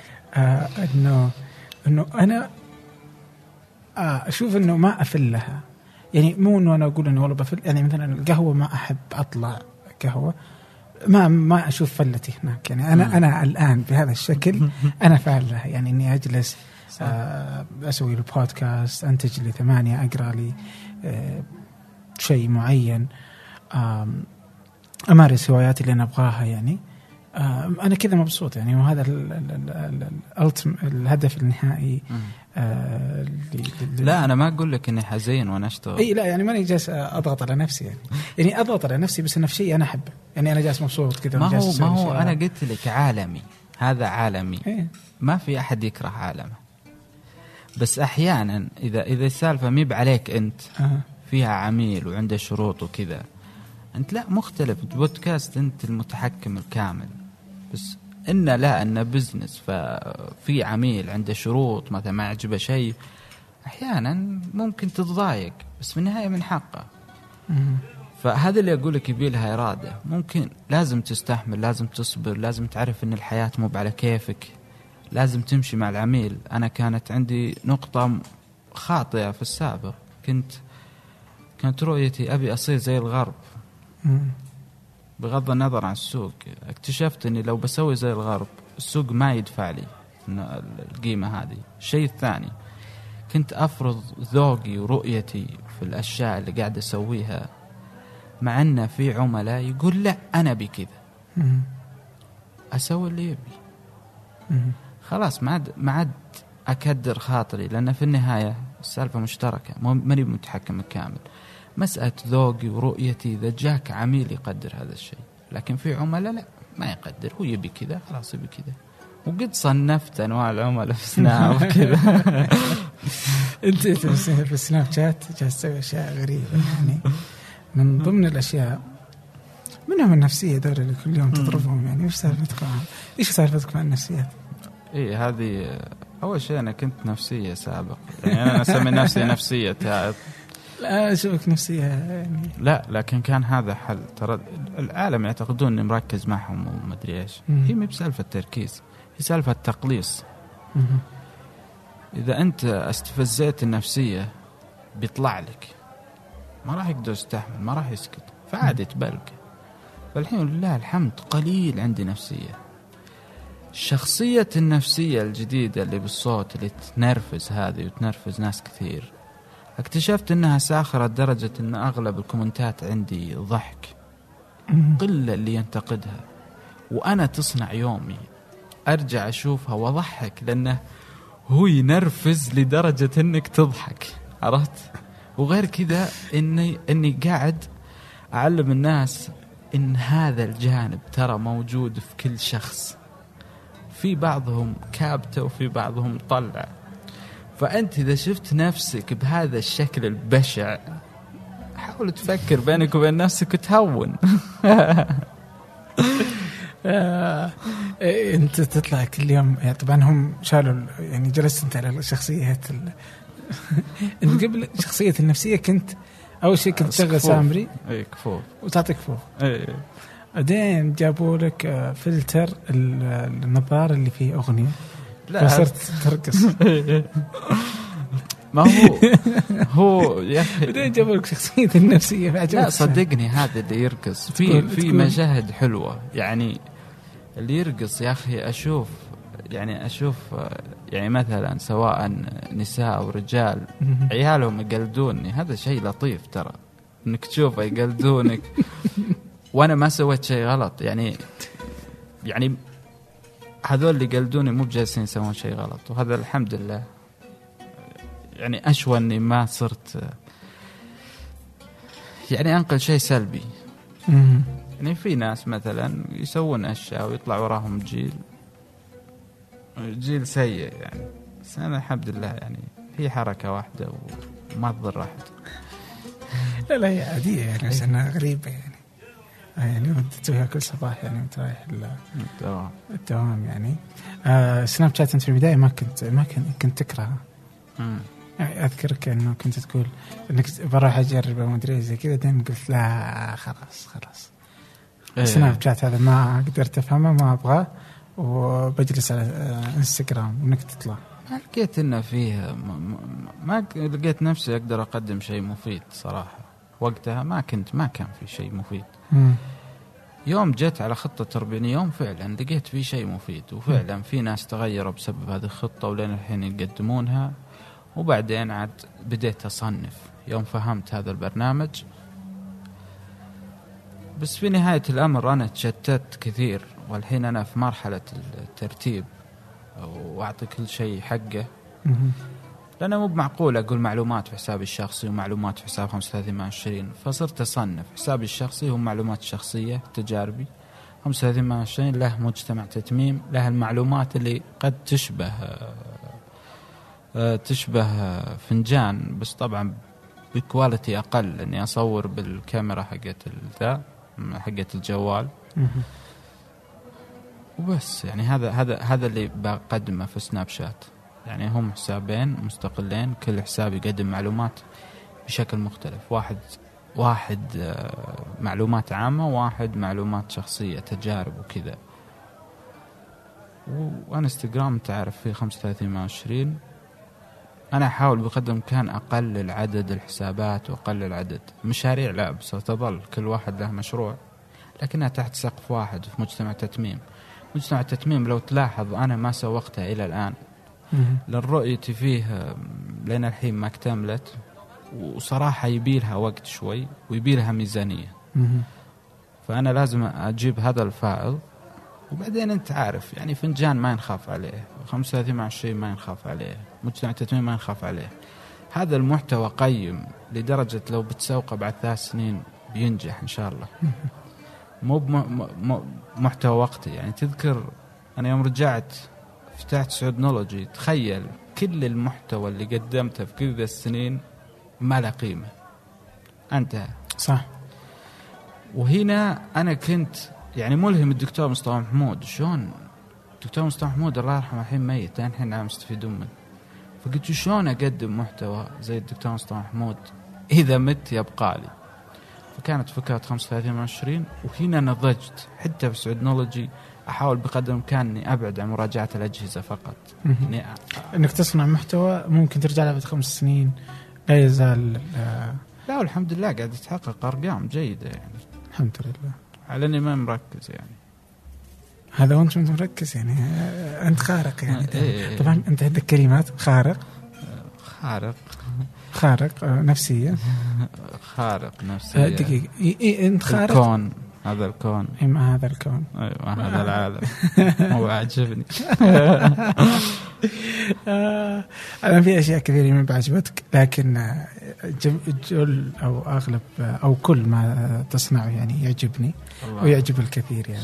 Speaker 1: إنه أنا أشوف إنه ما أفلها، يعني مو إنه أنا أقول إنه والله بفل. يعني مثلا القهوة ما أحب أطلع قهوة، ما أشوف فلتي هناك. يعني أنا الآن بهذا الشكل أنا فعلها، يعني إني أجلس أسوي البودكاست، أنتج لي 8، أقرأ لي شيء معين، أمارس هواياتي اللي أنا أبغاها. يعني أنا كذا مبسوط يعني، وهذا الهدف النهائي.
Speaker 2: لا أنا ما أقول لك إني حزين وأنا أشتغل.
Speaker 1: أي لا، يعني ماني جالس أضغط على نفسي يعني أضغط على نفسي، بس نفسي أنا أحبه. يعني أنا جالس مبسوط كذا.
Speaker 2: ما هو أنا قلت لك عالمي، هذا عالمي. ما في أحد يكره عالمه. بس أحيانا إذا السالفة ميب عليك أنت فيها عميل وعنده شروط وكذا، أنت لا مختلف، بودكاست أنت المتحكم الكامل. بس إن بزنس، ففي عميل عنده شروط مثلا ما يعجبه شيء، أحيانا ممكن تتضايق، بس في النهاية من حقه. فهذا اللي أقول لك يبي لها إرادة. ممكن لازم تستحمل، لازم تصبر، لازم تعرف إن الحياة مو على كيفك، لازم تمشي مع العميل. أنا كانت عندي نقطة خاطئة في السابق، كانت رؤيتي أبي أصير زي الغرب بغض النظر عن السوق. اكتشفت أني لو بسوي زي الغرب السوق ما يدفع لي القيمة هذه. الشيء الثاني، كنت أفرض ذوقي ورؤيتي في الأشياء اللي قاعد أسويها، مع أن في عملاء يقول لا أنا بكذا أسوي اللي يبي. خلاص ما عاد أكدر خاطري، لأن في النهاية السالفة مشتركة، ماني متحكم الكامل. مسألة ذوقي ورؤيتي، إذا جاك عميل يقدر هذا الشيء، لكن في عملاء لا ما يقدر، هو يبي كذا خلاص يبي كذا. وقد صنفت أنواع العملاء في سناب وكذا.
Speaker 1: أنت في سناب شات جالس تسوي أشياء غريبة يعني. من ضمن الأشياء منهم النفسية، دور اللي كل يوم تضربهم يعني. إيش سالفتك مع النفسيات؟
Speaker 2: إيه هذه أول شيء، أنا كنت نفسية سابق يعني، أنا أسمي نفسي نفسية تعب.
Speaker 1: لا أشوفك نفسية يعني.
Speaker 2: لا لكن كان هذا حل. ترى العالم يعتقدون إني مركز معهم وما أدري إيش. هي مو بسالفة تركيز، هي سالفة تقليص. إذا أنت استفزيت النفسية بيطلع لك، ما راح يقدر يستحمل، ما راح يسكت، فعاد يتبلق. فالحين لله الحمد قليل عندي نفسية. الشخصية النفسية الجديدة اللي بالصوت اللي تنرفز هذه وتنرفز ناس كثير، اكتشفت انها ساخرة لدرجة ان اغلب الكومنتات عندي ضحك، قلة اللي ينتقدها، وانا تصنع يومي. ارجع اشوفها واضحك، لانه هو ينرفز لدرجة انك تضحك، عرفت؟ وغير كذا اني قاعد اعلم الناس ان هذا الجانب ترى موجود في كل شخص، في بعضهم كابته وفي بعضهم طلع. فأنت إذا شفت نفسك بهذا الشكل البشع، حاول تفكر بينك وبين نفسك وتهون.
Speaker 1: أنت تطلع كل يوم يعني. طبعا هم شالوا يعني، جلست أنت على الشخصية إن قبل شخصية النفسية كنت أول شيء كنت تشغل سامري
Speaker 2: كفوف
Speaker 1: وتعطيك كفوف. بعدين جابوا لك فلتر النظارة اللي فيه أغنية، وصرت ترقص.
Speaker 2: ما هو يا أخي
Speaker 1: بعدين جابوا لك شخصية النفسية.
Speaker 2: لا صدقني هذا اللي يرقص في مشاهد حلوة يعني. اللي يرقص يا أخي أشوف يعني مثلا سواء نساء أو رجال عيالهم يقلدوني، هذا شيء لطيف ترى، إنك تشوفه يقلدونك وأنا ما سويت شيء غلط يعني هذول اللي قلدوني مو بجالسين يسوون شيء غلط، وهذا الحمد لله يعني. أشوى أني ما صرت يعني أنقل شيء سلبي. يعني في ناس مثلا يسوون أشياء ويطلع وراهم جيل سيء يعني، بس أنا الحمد لله يعني هي حركة واحدة وما تضر أحد.
Speaker 1: لا هي عادية يعني، بس أنها غريبة يعني وانت تسويها كل صباح يعني وانت رايح الدوام يعني. سناب شات انت في البداية ما كنت تكرهها يعني. اذكرك انه كنت تقول انك بروح اجرب ما ادري زي كذا، دائما قلت لا خلاص سناب شات هذا ما قدرت افهمه، ما ابغاه، وبجلس على انستغرام وانك تطلع.
Speaker 2: ما لقيت انه فيه ما لقيت نفسي اقدر اقدم شيء مفيد صراحة. وقتها ما كان في شيء مفيد. يوم جت على خطة 40 يوم فعلا لقيت في شيء مفيد، وفعلا في ناس تغيروا بسبب هذه الخطة ولين الحين يقدمونها. وبعدين عاد بديت أصنف يوم فهمت هذا البرنامج. بس في نهاية الأمر أنا تشتت كثير، والحين أنا في مرحلة الترتيب وأعطي كل شيء حقه، لأنه مو بمعقول أقول معلومات في حسابي الشخصي ومعلومات في حساب 35/20. فصرت أصنف حسابي الشخصي هم معلومات شخصية تجاربي، 35/20 له مجتمع تتميم، له المعلومات اللي قد تشبه تشبه فنجان بس طبعا بكواليتي أقل، إني أصور بالكاميرا حقت الجوال وبس. يعني هذا اللي بقدمه في سناب شات. يعني هم حسابين مستقلين، كل حساب يقدم معلومات بشكل مختلف. واحد معلومات عامة، واحد معلومات شخصية، تجارب وكذا. وانستغرام تعرف فيه 35-20. أنا أحاول بقدر الإمكان أقلل عدد الحسابات وأقلل عدد مشاريع، لا بس تظل كل واحد له مشروع لكنها تحت سقف واحد في مجتمع تتميم. مجتمع التتميم لو تلاحظ أنا ما سوقتها إلى الآن، لأن رؤيتي فيه لين الحين ما اكتملت، وصراحة يبيلها وقت شوي ويبيلها ميزانية. فأنا لازم أجيب هذا الفائض، وبعدين أنت عارف يعني فنجان ما ينخاف عليه، 35-20 ما ينخاف عليه، مجتمع التتميم ما ينخاف عليه. هذا المحتوى قيم لدرجة لو بتسوقه بعد 3 سنين بينجح إن شاء الله. مو محتوى وقتي. يعني تذكر أنا يوم رجعت فتحت سعودنولوجي، تخيل كل المحتوى اللي قدمته في كل ذا السنين ما له قيمة، انتهى.
Speaker 1: صح.
Speaker 2: وهنا أنا كنت يعني ملهم الدكتور مصطفى محمود. شلون الدكتور مصطفى محمود الله يرحمه الحين ميت، الحين عم يستفيدون منه. فقلت شلون أقدم محتوى زي الدكتور مصطفى محمود إذا مت يبقى لي. فكانت فكرة 35-20. وهنا نضجت حتى في سعودنولوجي، أحاول بقدر الإمكان إني أبعد عن مراجعة الأجهزة فقط.
Speaker 1: إنك تصنع محتوى ممكن ترجع له بعد 5 سنين لا يزال.
Speaker 2: لا والحمد لله قاعد يتحقق أرقام جيدة يعني
Speaker 1: الحمد لله،
Speaker 2: على إني ما مركز يعني.
Speaker 1: هذا وأنت مركز يعني أنت خارق يعني. طبعا أنت عندك كلمات خارق نفسية.
Speaker 2: خارق نفسية.
Speaker 1: دقيقة أنت خارق.
Speaker 2: الكون، هذا الكون.
Speaker 1: ما هذا الكون.
Speaker 2: أيوة هذا العالم. هو عجبني.
Speaker 1: أنا في أشياء كثيرة من بعجبتك، لكن جل أو أغلب أو كل ما تصنعه يعني يعجبني ويعجب الكثير يعني.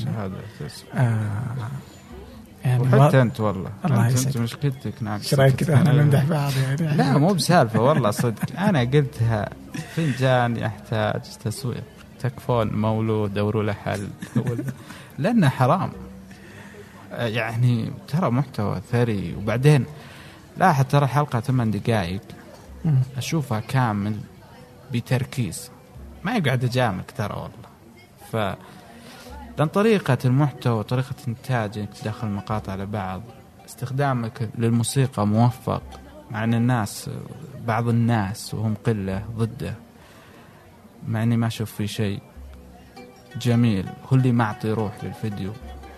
Speaker 2: يعني وحتى أنت والله أنت مشكلتك
Speaker 1: ناقص. شرايك كذا أنا نمدح بعض يعني.
Speaker 2: لا مو بسالفة والله صدق. أنا قلتها فنجان يحتاج تسويق، تكفون مولود دوروا له حل لأنه حرام يعني. ترى محتوى ثري. وبعدين لاحظ ترى حلقة 8 دقائق أشوفها كامل بتركيز، ما يقعد أجامك ترى والله. لأن طريقة المحتوى وطريقة إنتاج إنك تدخل المقاطع على بعض، استخدامك للموسيقى موفق مع أن الناس بعض الناس وهم قلة ضده، مع أني ما أشوف في شيء جميل، هو اللي معطي روح للفيديو.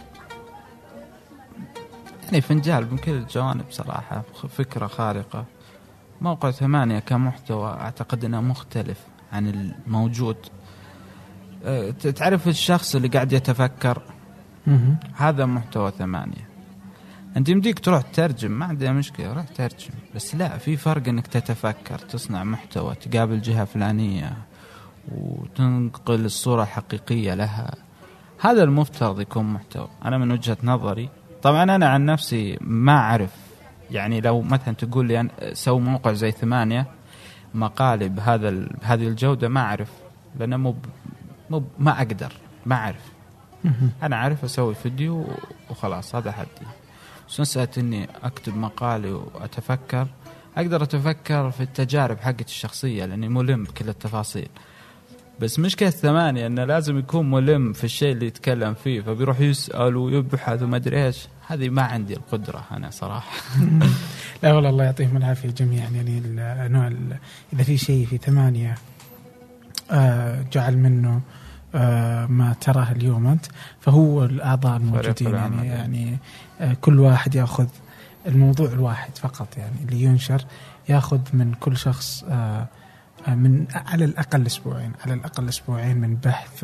Speaker 2: يعني فنجال من كل الجوانب صراحة، فكرة خارقة. موقع 8 كمحتوى أعتقد أنه مختلف عن الموجود. تعرف الشخص اللي قاعد يتفكر، هذا محتوى 8. أنت يمديك تروح تترجم، ما عندي مشكلة روح تترجم، بس لا، في فرق أنك تتفكر، تصنع محتوى، تقابل جهة فلانية وتنقل الصورة الحقيقية لها. هذا المفترض يكون محتوى. أنا من وجهة نظري طبعا أنا عن نفسي ما أعرف، يعني لو مثلا تقول لي أن سوي موقع زي 8 مقالب بهذه الجودة، ما أعرف، لأنه ما أقدر، ما أعرف. أنا أعرف أسوي فيديو وخلاص، هذا حدي. مسألة إني أكتب مقالي وأتفكر، أقدر أتفكر في التجارب حقتي الشخصية لأني ملم بكل التفاصيل. بس مشكلة 8 أنه لازم يكون ملم في الشيء اللي يتكلم فيه، فبيروح يسأل ويبحث وما أدري إيش. هذه ما عندي القدرة أنا صراحة.
Speaker 1: لا والله الله يعطيهم العافية جميعا. يعني النوع إذا في شيء في 8 جعل منه ما تراه اليوم أنت، فهو الأعضاء الموجودين يعني كل واحد يأخذ الموضوع الواحد فقط، يعني اللي ينشر يأخذ من كل شخص من على الأقل أسبوعين من بحث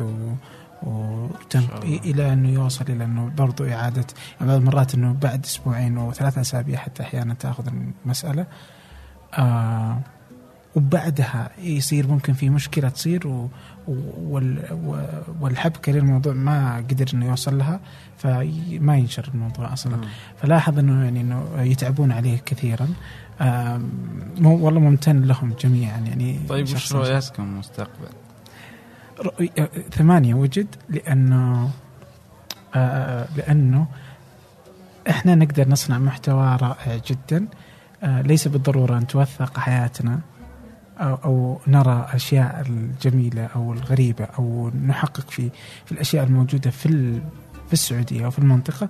Speaker 1: إلى أنه يوصل إلى أنه برضو إعادة، يعني بعض المرات أنه بعد أسبوعين و3 أسابيع حتى أحيانا تأخذ المسألة. وبعدها يصير ممكن في مشكلة تصير والحبكة للموضوع ما قدر إنه يوصل لها فما ينشر الموضوع أصلا. فلاحظ إنه يعني إنه يتعبون عليه كثيرا. والله ممتن لهم جميعا يعني.
Speaker 2: طيب وش رؤيتكم المستقبل؟
Speaker 1: 8 وجد لأنه إحنا نقدر نصنع محتوى رائع جدا. ليس بالضرورة أن توثق حياتنا أو نرى أشياء الجميلة أو الغريبة أو نحقق في الأشياء الموجودة في السعودية أو في المنطقة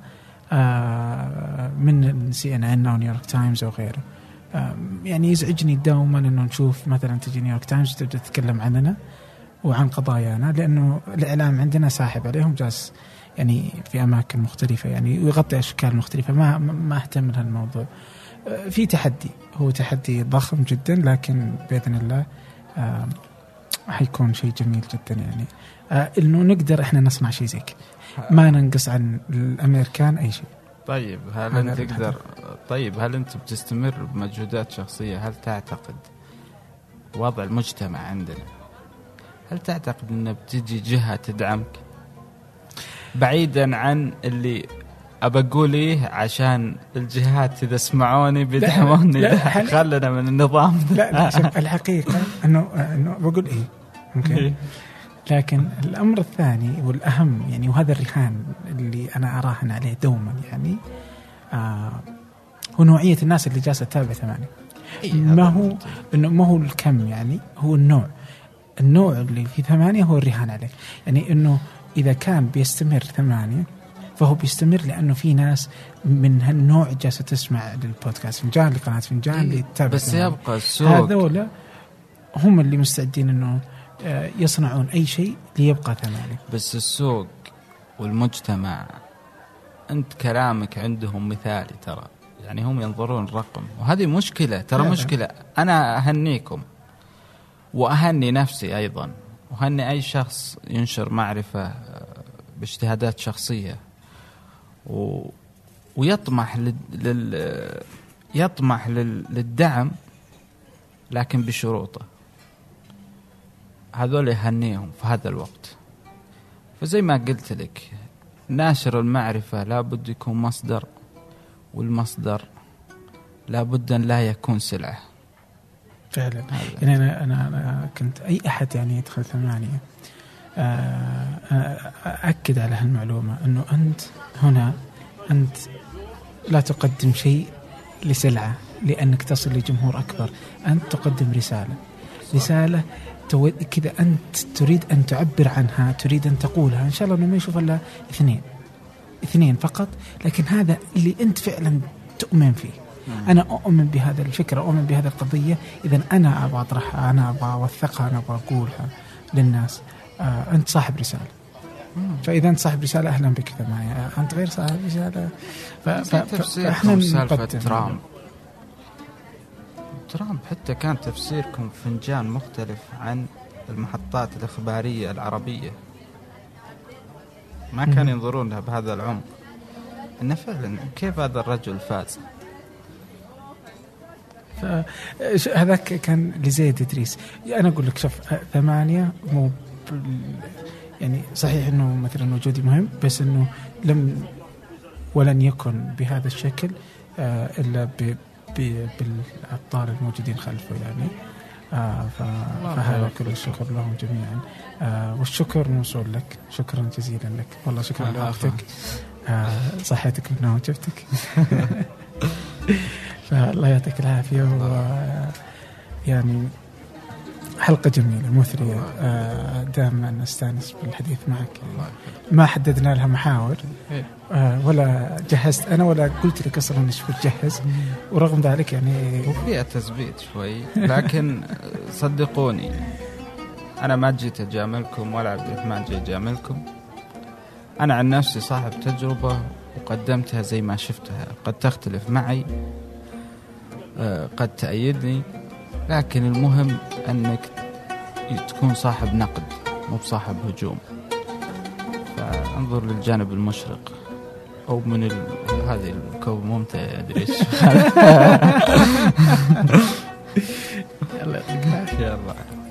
Speaker 1: من CNN أو نيويورك تايمز أو غيره. يعني يزعجني دوما أنه نشوف مثلا تجي نيويورك تايمز تبدأ تتكلم عننا وعن قضايانا، لأنه الإعلام عندنا ساحب عليهم جالس يعني في أماكن مختلفة يعني ويغطي أشكال مختلفة. ما أهتم لهالموضوع. في تحدي، هو تحدي ضخم جدا، لكن بإذن الله حيكون شيء جميل جدا يعني. إنه نقدر إحنا نصنع شيء زي كذا، ما ننقص عن الأمريكان أي شيء.
Speaker 2: طيب هل أنت بتستمر بمجهودات شخصية؟ هل تعتقد وضع المجتمع عندنا، هل تعتقد أنه بتجي جهة تدعمك بعيدا عن اللي أبقوليه عشان الجهات إذا سمعوني بيدعموني؟ خلنا من النظام.
Speaker 1: لا الحقيقة أنه بقول إيه ممكن لكن الأمر الثاني والأهم يعني، وهذا الرهان اللي أنا أراهن عليه دوما يعني، هو نوعية الناس اللي جالسة تتابع 8. ما هو الكم يعني، هو النوع اللي في 8 هو الرهان عليه يعني. إنه إذا كان بيستمر 8 فهو بيستمر لأنه في ناس من هالنوع جالسة تسمع للبودكاست فنجان، لقناة فنجان، اللي تتابع.
Speaker 2: بس يبقى السوق،
Speaker 1: هذول هم اللي مستعدين إنه يصنعون أي شيء ليبقى 8.
Speaker 2: بس السوق والمجتمع أنت كلامك عندهم مثالي ترى، يعني هم ينظرون الرقم، وهذه مشكلة ترى. مشكلة. أنا أهنيكم وأهني نفسي أيضا، وأهني أي شخص ينشر معرفة باجتهادات شخصية ويطمح يطمح للدعم لكن بشروطه. هذول يهنيهم في هذا الوقت. فزي ما قلت لك، ناشر المعرفة لابد يكون مصدر، والمصدر لابد أن لا يكون سلعة.
Speaker 1: فعلا يعني أنا كنت أي أحد يعني يدخل 8 أأكد على هالمعلومة، أنه أنت هنا أنت لا تقدم شيء لسلعة لأنك تصل لجمهور أكبر. أنت تقدم رسالة كذا، أنت تريد أن تعبر عنها، تريد أن تقولها. إن شاء الله أنه ما يشوف إلا 2 فقط، لكن هذا اللي أنت فعلا تؤمن فيه. أنا أؤمن بهذا الفكرة، أؤمن بهذا القضية، إذن أنا أبغى أطرحها، أنا أبغى أوثقها، أنا أبغى أقولها للناس. أنت صاحب رسالة. فإذا أنت صاحب رسالة أهلا بك معي. أنت غير صاحب رسالة
Speaker 2: فإحنا نقدم. ترامب حتى كان تفسيركم فنجان مختلف عن المحطات الإخبارية العربية، ما كان ينظرون لها بهذا العمق. إنه فعلا كيف هذا الرجل فاز.
Speaker 1: هذاك كان لزيد إدريس. أنا أقول لك شوف، 8 مو يعني صحيح إنه مثلا وجودي مهم، بس إنه ولن يكن بهذا الشكل إلا بالأبطال الموجودين خلفه يعني. فهذا كل الشكر لهم جميعا، والشكر موصول لك. شكرا جزيلا لك والله. شكرا لوقتك، صحتك من وجبتك. فالله يعطيك العافية. يعني حلقة جميلة مثرية، دائما نستانس بالحديث معك. ما حددنا لها محاور ولا جهزت أنا ولا قلت لك أصلا إيش بتجهز، ورغم ذلك يعني
Speaker 2: وفيها تثبيت شوي، لكن صدقوني أنا ما جيت أجاملكم ولا عبد الرحمن جاي أجاملكم. أنا عن نفسي صاحب تجربة وقدمتها زي ما شفتها، قد تختلف معي، قد تأيدني، لكن المهم أنك تكون صاحب نقد مو بصاحب هجوم. فانظر للجانب المشرق أو من هذه الكوب ممتع، أدري إيش.
Speaker 1: الله يعطيك العافيه.
Speaker 2: يلا.